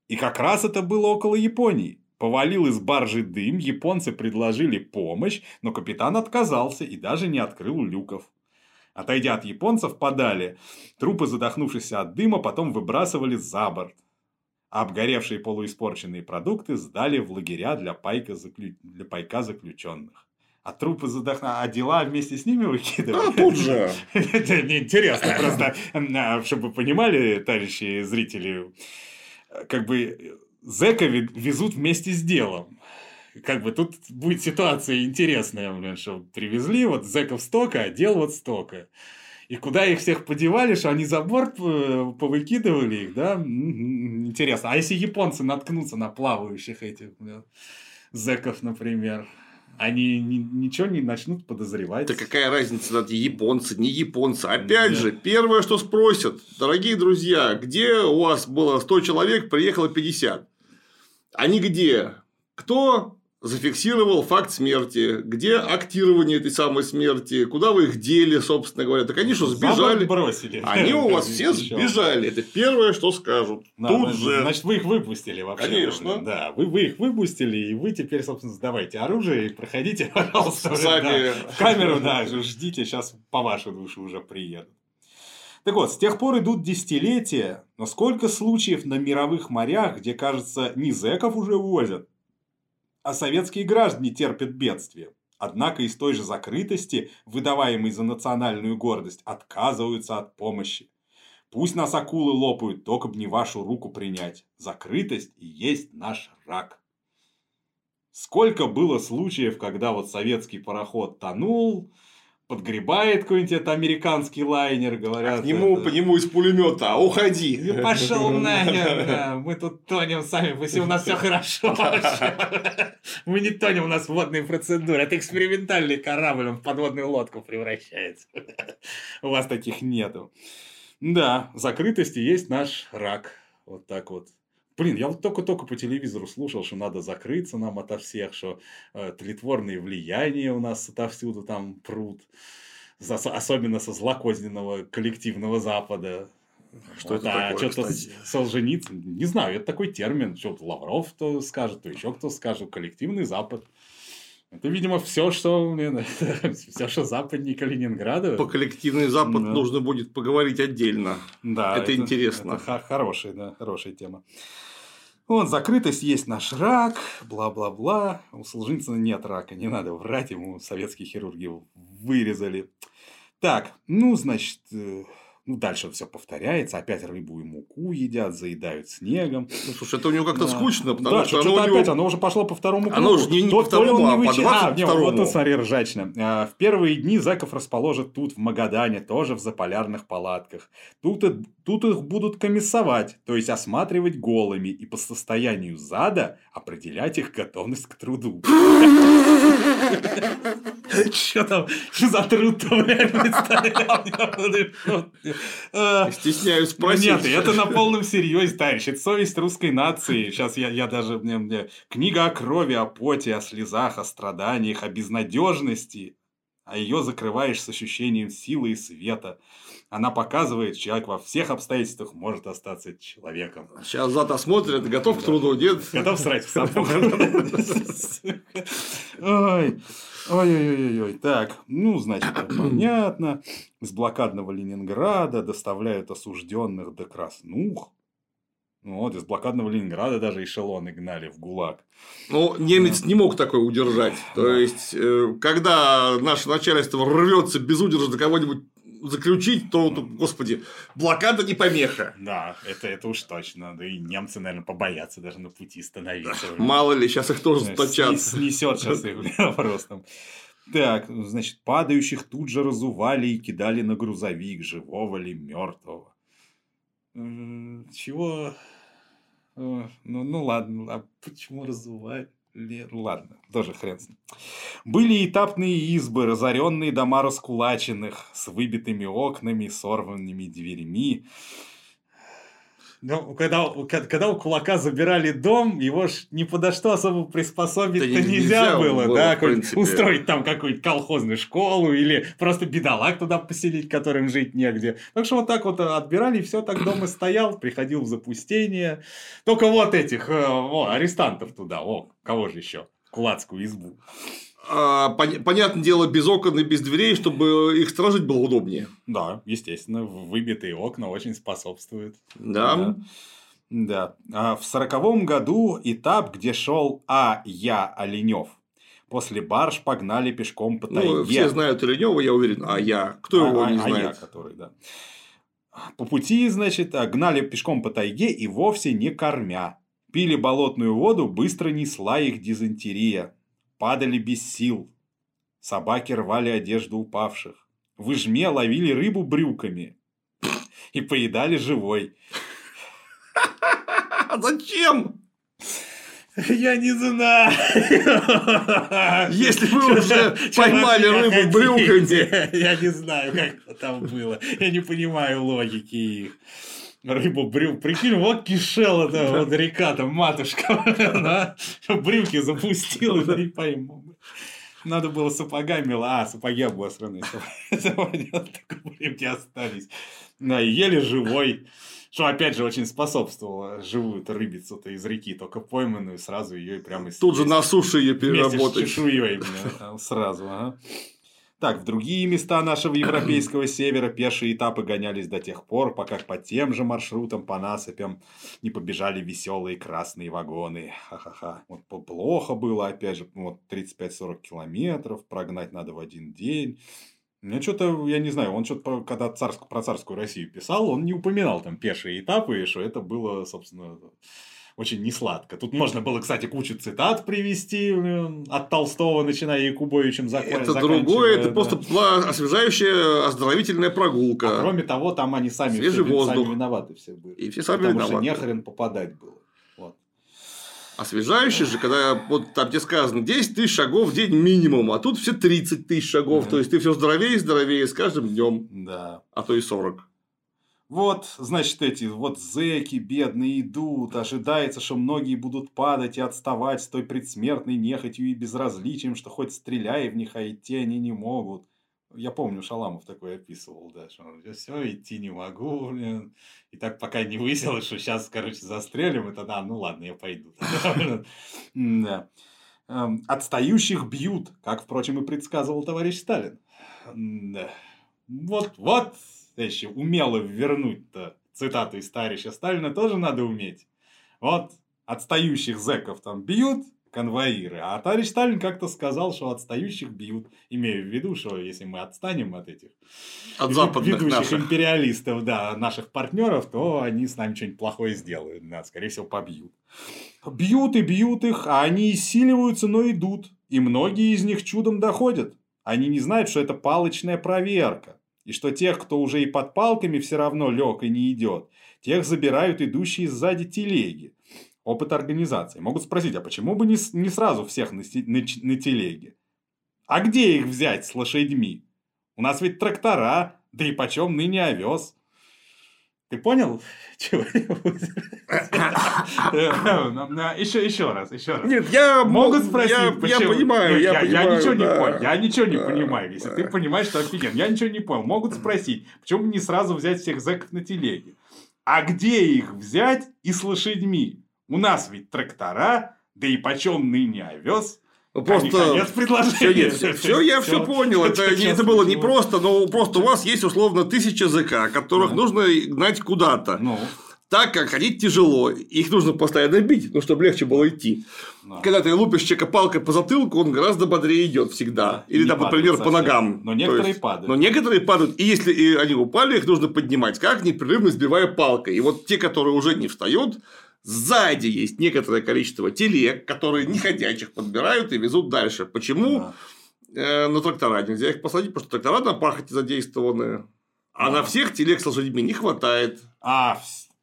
И как раз это было около Японии. Повалил из баржи дым, японцы предложили помощь, но капитан отказался и даже не открыл люков. Отойдя от японцев подали, трупы, задохнувшиеся от дыма, потом выбрасывали за борт. А обгоревшие полуиспорченные продукты сдали в лагеря для пайка, заклю... для пайка заключенных. А трупы задохнули, а дела вместе с ними выкидывали? А тут же. Это неинтересно, просто, чтобы вы понимали, товарищи зрители, как бы зэка везут вместе с делом. Как бы тут будет ситуация интересная, блин, что привезли вот зэков столько, а дел вот столько. И куда их всех подевали, что они за борт повыкидывали их, да? Интересно. А если японцы наткнутся на плавающих этих, блин, зэков, например, они ни, ничего не начнут подозревать? Да какая разница, эти японцы, не японцы. Опять да. же, первое, что спросят, дорогие друзья, где у вас было сто человек, приехало пятьдесят? Они где? Кто зафиксировал факт смерти? Где актирование этой самой смерти? Куда вы их дели, собственно говоря? Так они что, сбежали? Бросили. Они у вас все сбежали. Это первое, что скажут. Да, Тут значит, же... значит, вы их выпустили вообще. Конечно. Да, вы, вы их выпустили, и вы теперь, собственно, сдавайте оружие и проходите, пожалуйста, Сами... да, в камеру, да, ждите, сейчас по вашей душе уже приедут. Так вот, с тех пор идут десятилетия, но сколько случаев на мировых морях, где, кажется, не зэков уже увозят, а советские граждане терпят бедствие. Однако из той же закрытости, выдаваемой за национальную гордость, отказываются от помощи. Пусть нас акулы лопают, только б не вашу руку принять. Закрытость и есть наш рак. Сколько было случаев, когда вот советский пароход тонул, подгребает какой-нибудь американский лайнер, говорят. А к нему, это... по нему из пулемета, уходи. И пошел нахер, мы тут тонем сами, если у нас все хорошо. Мы не тонем, у нас водные процедуры. Это экспериментальный корабль, он в подводную лодку превращается. У вас таких нету. Да, закрытость и есть наш рак. Вот так вот. Блин, я вот только-только по телевизору слушал, что надо закрыться нам ото всех, что э, тлетворные влияния у нас отовсюду там прут, за, особенно со злокозненного коллективного Запада. Что вот, это а такое, что-то Солженицын, не знаю, это такой термин, что Лавров то скажет, то еще кто скажет, коллективный Запад. Это, видимо, все, что, все, что западнее Калининграда. По коллективный Запад да. нужно будет поговорить отдельно. Да, это, это интересно. Это хорошая, да, хорошая тема. Вот, закрытость есть наш рак, бла-бла-бла. У Солженицына нет рака, не надо врать, ему советские хирурги вырезали. Так, ну, значит, ну, дальше все повторяется, опять рыбу и муку едят, заедают снегом. Ну, слушай, это у него как-то да. скучно, потому да, что оно, оно, опять, него... оно уже пошло по второму кругу. Оно уже не, не то, по второму, не а вычи... по двадцать второму. А, вот тут, смотри, ржачно. В первые дни зэков расположат тут, в Магадане, тоже в заполярных палатках. Тут, тут их будут комиссовать, то есть осматривать голыми и по состоянию зада определять их готовность к труду. Что там за труд-то, блядь, представлял? Стесняюсь спросить. Нет, это на полном серьезе, товарищ. Это совесть русской нации. Сейчас я, я даже... Мне, мне... Книга о крови, о поте, о слезах, о страданиях, о безнадежности. А ее закрываешь с ощущением силы и света. Она показывает, что человек во всех обстоятельствах может остаться человеком. Сейчас зад осмотрят, готов к труду, нет? Готов срать в сапог. Ой. Ой-ой-ой-ой. Так, ну, значит, понятно. С блокадного Ленинграда доставляют осужденных до Краснух. Ну, вот, из блокадного Ленинграда даже эшелоны гнали в ГУЛАГ. Ну, немец не мог такое удержать. То есть, когда наше начальство рвется безудержно кого-нибудь заключить, то, то, господи, блокада не помеха. Да, это, это уж точно. Да и немцы, наверное, побоятся даже на пути становиться. Мало ли, сейчас их тоже сточат. Снесет сейчас их просто. Так, значит, падающих тут же разували и кидали на грузовик, живого ли, мертвого. Чего? Ну, ну ладно, а почему разували? Ладно, тоже хрен с ним. Были этапные избы, разоренные дома раскулаченных, с выбитыми окнами, сорванными дверьми. Ну, когда, когда у кулака забирали дом, его ж ни подо что особо приспособить-то Да нельзя, нельзя было, было, да, в принципе. устроить там какую-нибудь колхозную школу или просто бедолаг туда поселить, которым жить негде. Так что вот так вот отбирали, и все, так дом и стоял, приходил в запустение. Только вот этих, э, о, арестантов туда, о, кого же еще? Кулацкую избу. А, пон- понятное дело, без окон и без дверей, чтобы их стражить было удобнее. Да, естественно, выбитые окна очень способствуют. Да. Да. Да. А в сороковом году этап, где шел А. Я. Оленев, после барж погнали пешком по тайге. Ну, все знают Оленева, я уверен. А я? Кто его а, не а, знает? А. Я, который, да. По пути, значит, гнали пешком по тайге и вовсе не кормя. Пили болотную воду, быстро несла их дизентерия. Падали без сил. Собаки рвали одежду упавших. В Ижме ловили рыбу брюками. И поедали живой. А зачем? Я не знаю. Если вы уже поймали рыбу брюками. Я не знаю, как это там было. Я не понимаю логики их. Рыбу брюк. Прикинь, вот кишел это вот река там, матушка. Брюки запустила, да не пойму. Надо было сапогами, а, сапоги обосранные. Брюки остались. Да, и ели живой. Что, опять же, очень способствовало живую-то рыбицу-то из реки, только пойманную, сразу ее и прямо из... Тут же на суше ее переработать. Вместе с чешуей именно, сразу, ага. Так, в другие места нашего европейского севера пешие этапы гонялись до тех пор, пока по тем же маршрутам по насыпям не побежали веселые красные вагоны. Ха-ха-ха. Вот плохо было, опять же, вот тридцать пять сорок километров, прогнать надо в один день. Ну, что-то, я не знаю, он что-то, когда царск, про царскую Россию писал, он не упоминал там пешие этапы, и что это было, собственно, очень несладко. Тут можно было, кстати, кучу цитат привести от Толстого, начиная Якубовичем, заканчивая. Это другое, это да. просто была освежающая, оздоровительная прогулка. А кроме того, там они сами, Свежий все, воздух. сами виноваты все были. И все сами Потому виноваты. что нехрен попадать было. Вот. Освежающий же, когда вот там тебе сказано десять тысяч шагов в день минимум, а тут все тридцать тысяч шагов. Mm-hmm. То есть ты все здоровее и здоровее с каждым днем. Да. А то и сорок. Вот, значит, эти вот зэки бедные идут, ожидается, что многие будут падать и отставать с той предсмертной нехотью и безразличием, что хоть стреляй в них, а идти они не могут. Я помню, Шаламов такое описывал, да, что он, все, идти не могу, блин. И так пока не выяснилось, что сейчас, короче, застрелим, и тогда, ну ладно, я пойду. Да. Отстающих бьют, как, впрочем, и предсказывал товарищ Сталин. Да. Вот, вот, еще умело вернуть-то цитату из товарища Сталина тоже надо уметь. Вот, отстающих зэков там бьют, конвоиры. А товарищ Сталин как-то сказал, что отстающих бьют. Имею в виду, что если мы отстанем от этих от западных ведущих наших империалистов, да, наших партнеров, то они с нами что-нибудь плохое сделают. Нас, скорее всего, побьют. Бьют и бьют их, а они иссиливаются, но идут. И многие из них чудом доходят. Они не знают, что это палочная проверка. И что тех, кто уже и под палками все равно лег и не идет, тех забирают идущие сзади телеги. Опыт организации. Могут спросить, а почему бы не, не сразу всех на, на, на телеге? А где их взять с лошадьми? У нас ведь трактора, да и почем ныне овес. Ты понял? Еще, еще раз, еще раз. Нет, я могут спросить, я, почему. Я понимаю, я, я, понимаю, я ничего да. не понял. Я ничего не понимаю. Если ты понимаешь, что офигенно. Я ничего не понял. Могут спросить, почему бы не сразу взять всех зэков на телеге? А где их взять и с лошадьми? У нас ведь трактора, да и почем ныне овес. Просто все, нет, все, все, я все, все понял. Это, это было не просто, но просто у вас есть условно тысяча ЗК, которых ну. нужно гнать куда-то. Ну. Так как ходить тяжело, их нужно постоянно бить, ну, чтобы легче было идти. Да. Когда ты лупишь человека палкой по затылку, он гораздо бодрее идет всегда. Да. Или, там, например, совсем. По ногам. Но некоторые есть, падают. Но некоторые падают. И если и они упали, их нужно поднимать. Как? Непрерывно сбивая палкой. И вот те, которые уже не встают, сзади есть некоторое количество телег, которые неходячих подбирают и везут дальше. Почему? Да. На трактора нельзя их посадить, потому что трактора на пахоте задействованы. А да. На всех телег с лошадьми не хватает. А,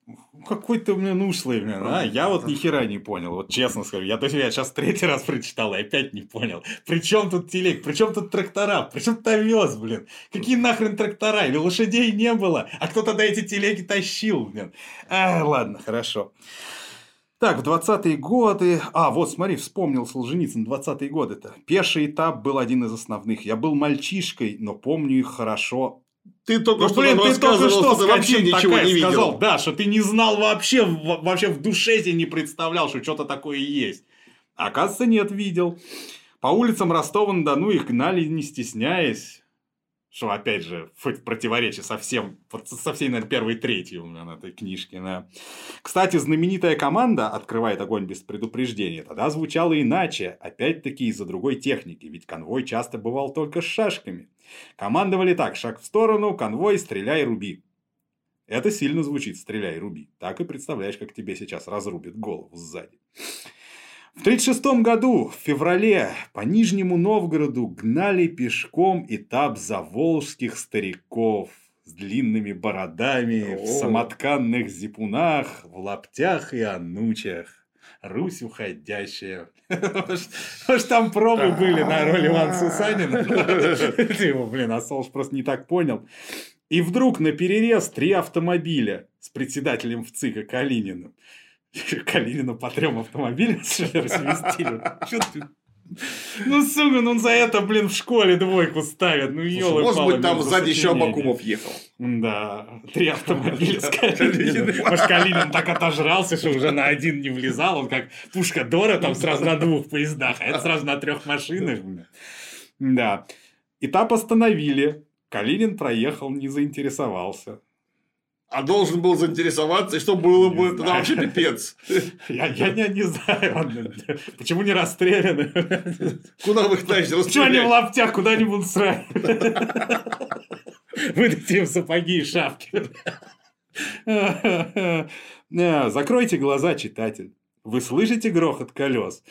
Какой ты, блин, ушлый, блин, а? Я вот ни хера не понял, вот честно скажу. Я, то есть, я сейчас третий раз прочитал и опять не понял. При чем тут телег, при чем тут трактора, при чем тут овес, блин? Какие нахрен трактора? Или лошадей не было? А кто тогда эти телеги тащил, блин? А, ладно, хорошо. Так, в двадцатые годы... А, вот, смотри, вспомнил Солженицын, двадцатые годы-то. Пеший этап был один из основных. Я был мальчишкой, но помню их хорошо. Ты только ну, что блин, нам ты только рассказывал, что что ты вообще ничего не видел. Сказал, да, что ты не знал вообще, вообще в душе себе не представлял, что что-то такое есть. А оказывается, нет, видел. По улицам Ростова-на-Дону их гнали, не стесняясь. Что, опять же, в противоречие со всем, со всей, наверное, первой третью на этой книжке. Да. Кстати, знаменитая команда «Открывает огонь без предупреждения» тогда звучала иначе, опять-таки из-за другой техники, ведь конвой часто бывал только с шашками. Командовали так: шаг в сторону, конвой, стреляй, руби. Это сильно звучит, стреляй, руби. Так и представляешь, как тебе сейчас разрубит голову сзади. В тридцать шестом году, в феврале, по Нижнему Новгороду гнали пешком этап заволжских стариков с длинными бородами, в самотканных зипунах, в лаптях и анучах. Русь уходящая. Может, там пробы были на роль Ивана Сусанина? Ты его, блин, а Солж просто не так понял. И вдруг на перерез три автомобиля с председателем ВЦИКа Калининым. Калинина по трем автомобилям разместили. Ну, сука, ну за это, блин, в школе двойку ставят. Ну, ёлы-палы. Может быть, там сзади еще Абакумов ехал. Да, три автомобиля с Калининым. Может, Калинин так отожрался, что уже на один не влезал. Он как пушка Дора, там сразу на двух поездах, а это сразу на трех машинах. Да. Этап остановили. Калинин проехал, не заинтересовался. А должен был заинтересоваться, и что было бы, это вообще пипец. Я, я не, не знаю, он, почему не расстреляны? Куда вы их тащите? Почему они в лаптях куда-нибудь срать? Выдайте им сапоги и шапки. Закройте глаза, читатель. Вы слышите грохот колес?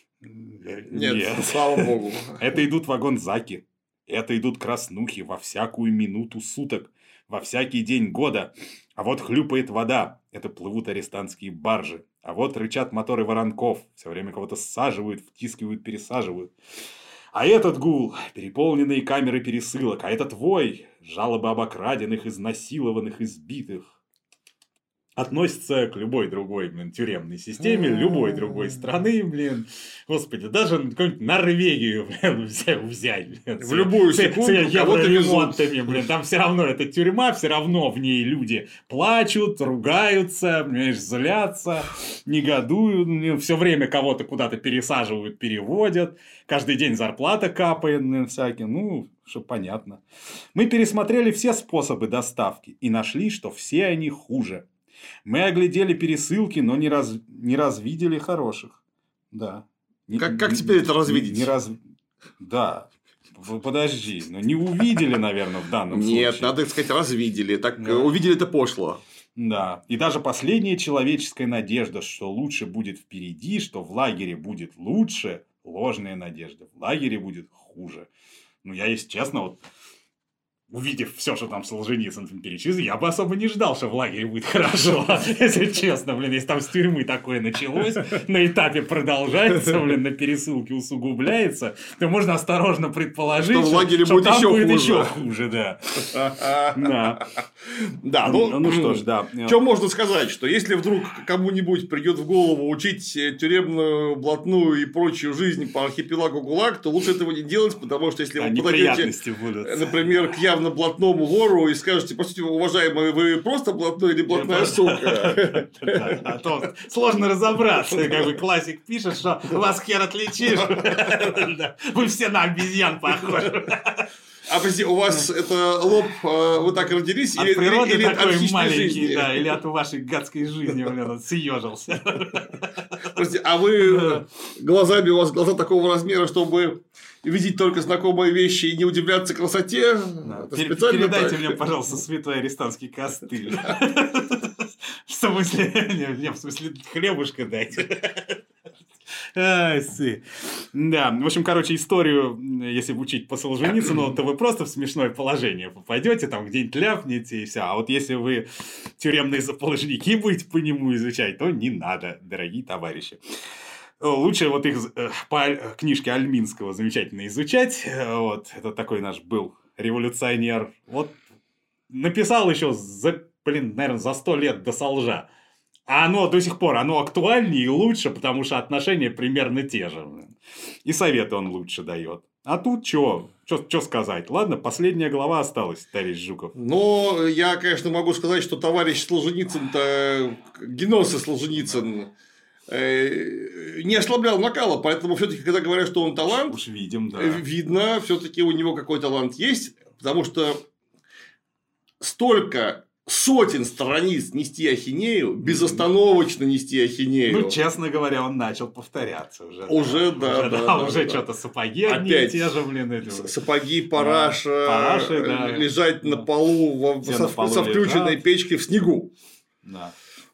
Нет, Нет, слава богу. Это идут вагонзаки. Это идут краснухи во всякую минуту суток. Во всякий день года. А вот хлюпает вода. Это плывут арестантские баржи. А вот рычат моторы воронков. Все время кого-то саживают, втискивают, пересаживают. А этот гул – переполненные камеры пересылок. А этот вой – жалобы об окраденных, изнасилованных, избитых. Относится к любой другой, блин, тюремной системе, любой другой страны, блин. Господи, даже какую-нибудь Норвегию, блин, взять. Блин, в любую секунду с евроремонтами, блин. Там все равно это тюрьма, все равно в ней люди плачут, ругаются, понимаешь, злятся, негодуют. Все время кого-то куда-то пересаживают, переводят. Каждый день зарплата капает, блин, всякие. Ну, что понятно. Мы пересмотрели все способы доставки и нашли, что все они хуже. Мы оглядели пересылки, но не, раз... не развидели хороших. Да. Не... Как, как теперь это развидеть? Не, не раз... Да. Подожди. Но не увидели, наверное, в данном случае. Нет, надо сказать, развидели. Так да. Увидели это пошло. Да. И даже последняя человеческая надежда, что лучше будет впереди, что в лагере будет лучше, ложная надежда. В лагере будет хуже. Ну, я, если честно, вот... Увидев все, что там Солженицын перечислил, я бы особо не ждал, что в лагере будет хорошо. Если честно, блин, если там с тюрьмы такое началось, на этапе продолжается, блин, на пересылке усугубляется, то можно осторожно предположить, что в лагере что будет, там еще, будет хуже. еще хуже. Да, да. Да, ну, ну, ну что ж, да. Что можно сказать, что если вдруг кому-нибудь придет в голову учить тюремную, блатную и прочую жизнь по архипелагу ГУЛАГ, то лучше этого не делать, потому что если да, вы подойдете, например, к явно блатному вору и скажете: простите, уважаемый, вы просто блатной или блатная сука? А то сложно разобраться, как бы классик пишет, что вас хер отличишь. Вы все на обезьян похожи. А подожди, у вас это лоб, вы так родились? От или, природы или такой от маленький, жизни? Да, или от вашей гадской жизни, блин, он съежился. Подожди, а вы глазами, у вас глаза такого размера, чтобы видеть только знакомые вещи и не удивляться красоте? Да. Передайте так? Мне, пожалуйста, святой арестантский костыль. В смысле, не, в смысле, хлебушка дайте. Ай, сы. Да, в общем, короче, историю, если учить по Солженицыну, то вы просто в смешное положение попадете, там где-нибудь ляпнете и все. А вот если вы тюремные заположники будете по нему изучать, то не надо, дорогие товарищи. Лучше вот их по книжке Альминского замечательно изучать. Вот, это такой наш был революционер. Вот написал еще за, блин, наверное, за сто лет до Солжа. А оно до сих пор, оно актуальнее и лучше, потому что отношения примерно те же. И советы он лучше дает. А тут что? Что сказать? Ладно, последняя глава осталась, товарищ Жуков. Но я, конечно, могу сказать, что товарищ Солженицын-то, Геноса Солженицын, э, не ослаблял накала, поэтому все-таки, когда говорят, что он талант, уж видим, да. видно, все-таки у него какой талант есть, потому что столько сотен страниц нести ахинею, безостановочно нести ахинею. Ну, честно говоря, он начал повторяться уже. Уже, да. Уже, да, да, да, уже да. что-то сапоги одни и те же, блин. Эти... Сапоги, параша, да. Параши, да. лежать на полу со, на полу со включенной лежат. печкой в снегу. Да.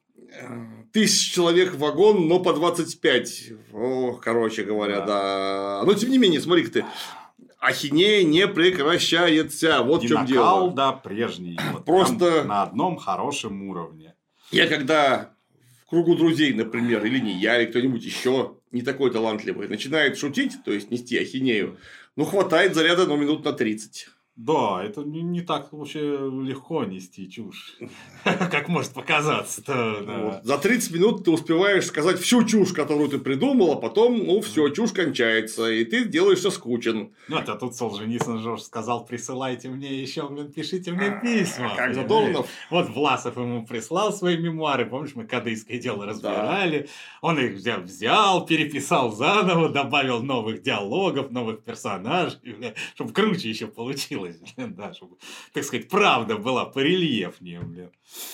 Тысяч человек в вагон, но по двадцать пять. О, короче говоря, да. да. Но тем не менее, смотри-ка ты. Ахинея не прекращается. Вот и в чем накал, дело. Да, прежний. Вот просто на одном хорошем уровне. Я когда в кругу друзей, например, или не я, или кто-нибудь еще не такой талантливый, начинает шутить, то есть нести ахинею, ну, хватает заряда ну, минут на тридцать. Да, это не, не так вообще легко нести чушь, как может показаться. Вот. За тридцать минут ты успеваешь сказать всю чушь, которую ты придумал, а потом, ну, все, чушь кончается, и ты делаешься скучен. Ну, а тут Солженицын же сказал, присылайте мне еще, блин, пишите мне письма. Как Задорнов. Вот Власов ему прислал свои мемуары, помнишь, мы кадыйское дело разбирали, да. Он их взял, взял, переписал заново, добавил новых диалогов, новых персонажей, чтобы круче еще получилось. Да, чтобы, так сказать, правда была порельефнее. Блин.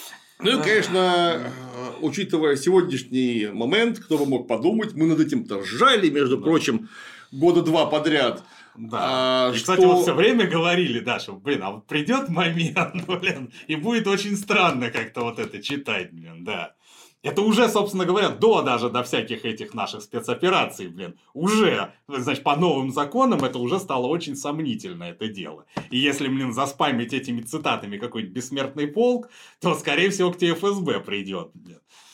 Ну и, конечно, учитывая сегодняшний момент, кто бы мог подумать, мы над этим-то ржали, между да. прочим, года два подряд. Да. А, и, что... кстати, вот все время говорили, да, что, блин, а вот придет момент, блин, и будет очень странно как-то вот это читать, блин, да. Это уже, собственно говоря, до даже до всяких этих наших спецопераций, блин, уже, значит, по новым законам это уже стало очень сомнительно, это дело. И если, блин, заспамить этими цитатами какой-нибудь бессмертный полк, то, скорее всего, к тебе эф эс бэ придет, блин.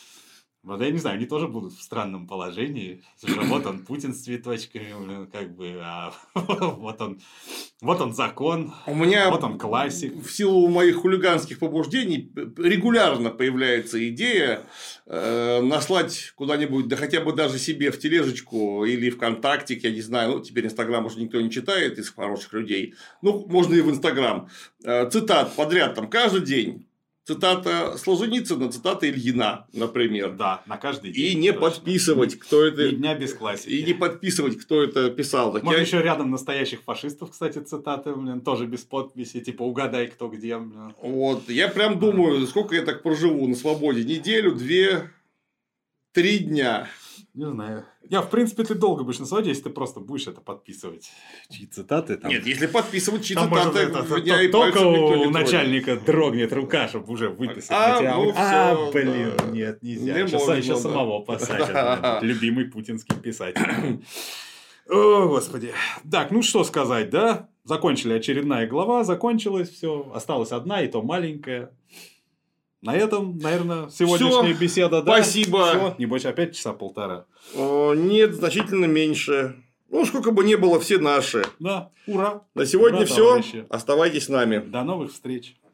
Вот я не знаю, они тоже будут в странном положении. Вот он, Путин с цветочками, блин, как бы, а вот он, вот он закон, у меня вот он классик. В силу моих хулиганских побуждений регулярно появляется идея э, наслать куда-нибудь, да хотя бы даже себе в тележечку или ВКонтакте, я не знаю, ну, теперь Инстаграм уже никто не читает из хороших людей, ну, можно и в Инстаграм, э, цитат подряд там каждый день. Цитата Солженицына, цитата Ильина, например. Да, на каждый день. И не точно. Подписывать, кто это... И дня без классики. И не подписывать, кто это писал. Так можно я... еще рядом настоящих фашистов, кстати, цитаты, блин, тоже без подписи, типа угадай, кто где, блин. Вот, я прям думаю, сколько я так проживу на свободе. Неделю, две, три дня. Не знаю. Я, в принципе, ты долго будешь на свободе, если ты просто будешь это подписывать. Чьи цитаты там. Нет, если подписывать чьи там цитаты, это, это, меня и только у не начальника дрогнет рука, чтобы уже выписать а, на тебя. Ну, а, всё, блин, да. нет, нельзя. Не сейчас можно, еще да. самого посадят. Любимый путинский писатель. О, господи. Так, ну что сказать, да? Закончили очередная глава, закончилась, все. Осталась одна, и то маленькая. На этом, наверное, сегодняшняя Всё. беседа, да? Спасибо. Всё. Небось, опять часа полтора. О, нет, значительно меньше. Ну, сколько бы ни было, все наши. Да, ура. На сегодня Ура, все. товарищи. Оставайтесь с нами. До новых встреч.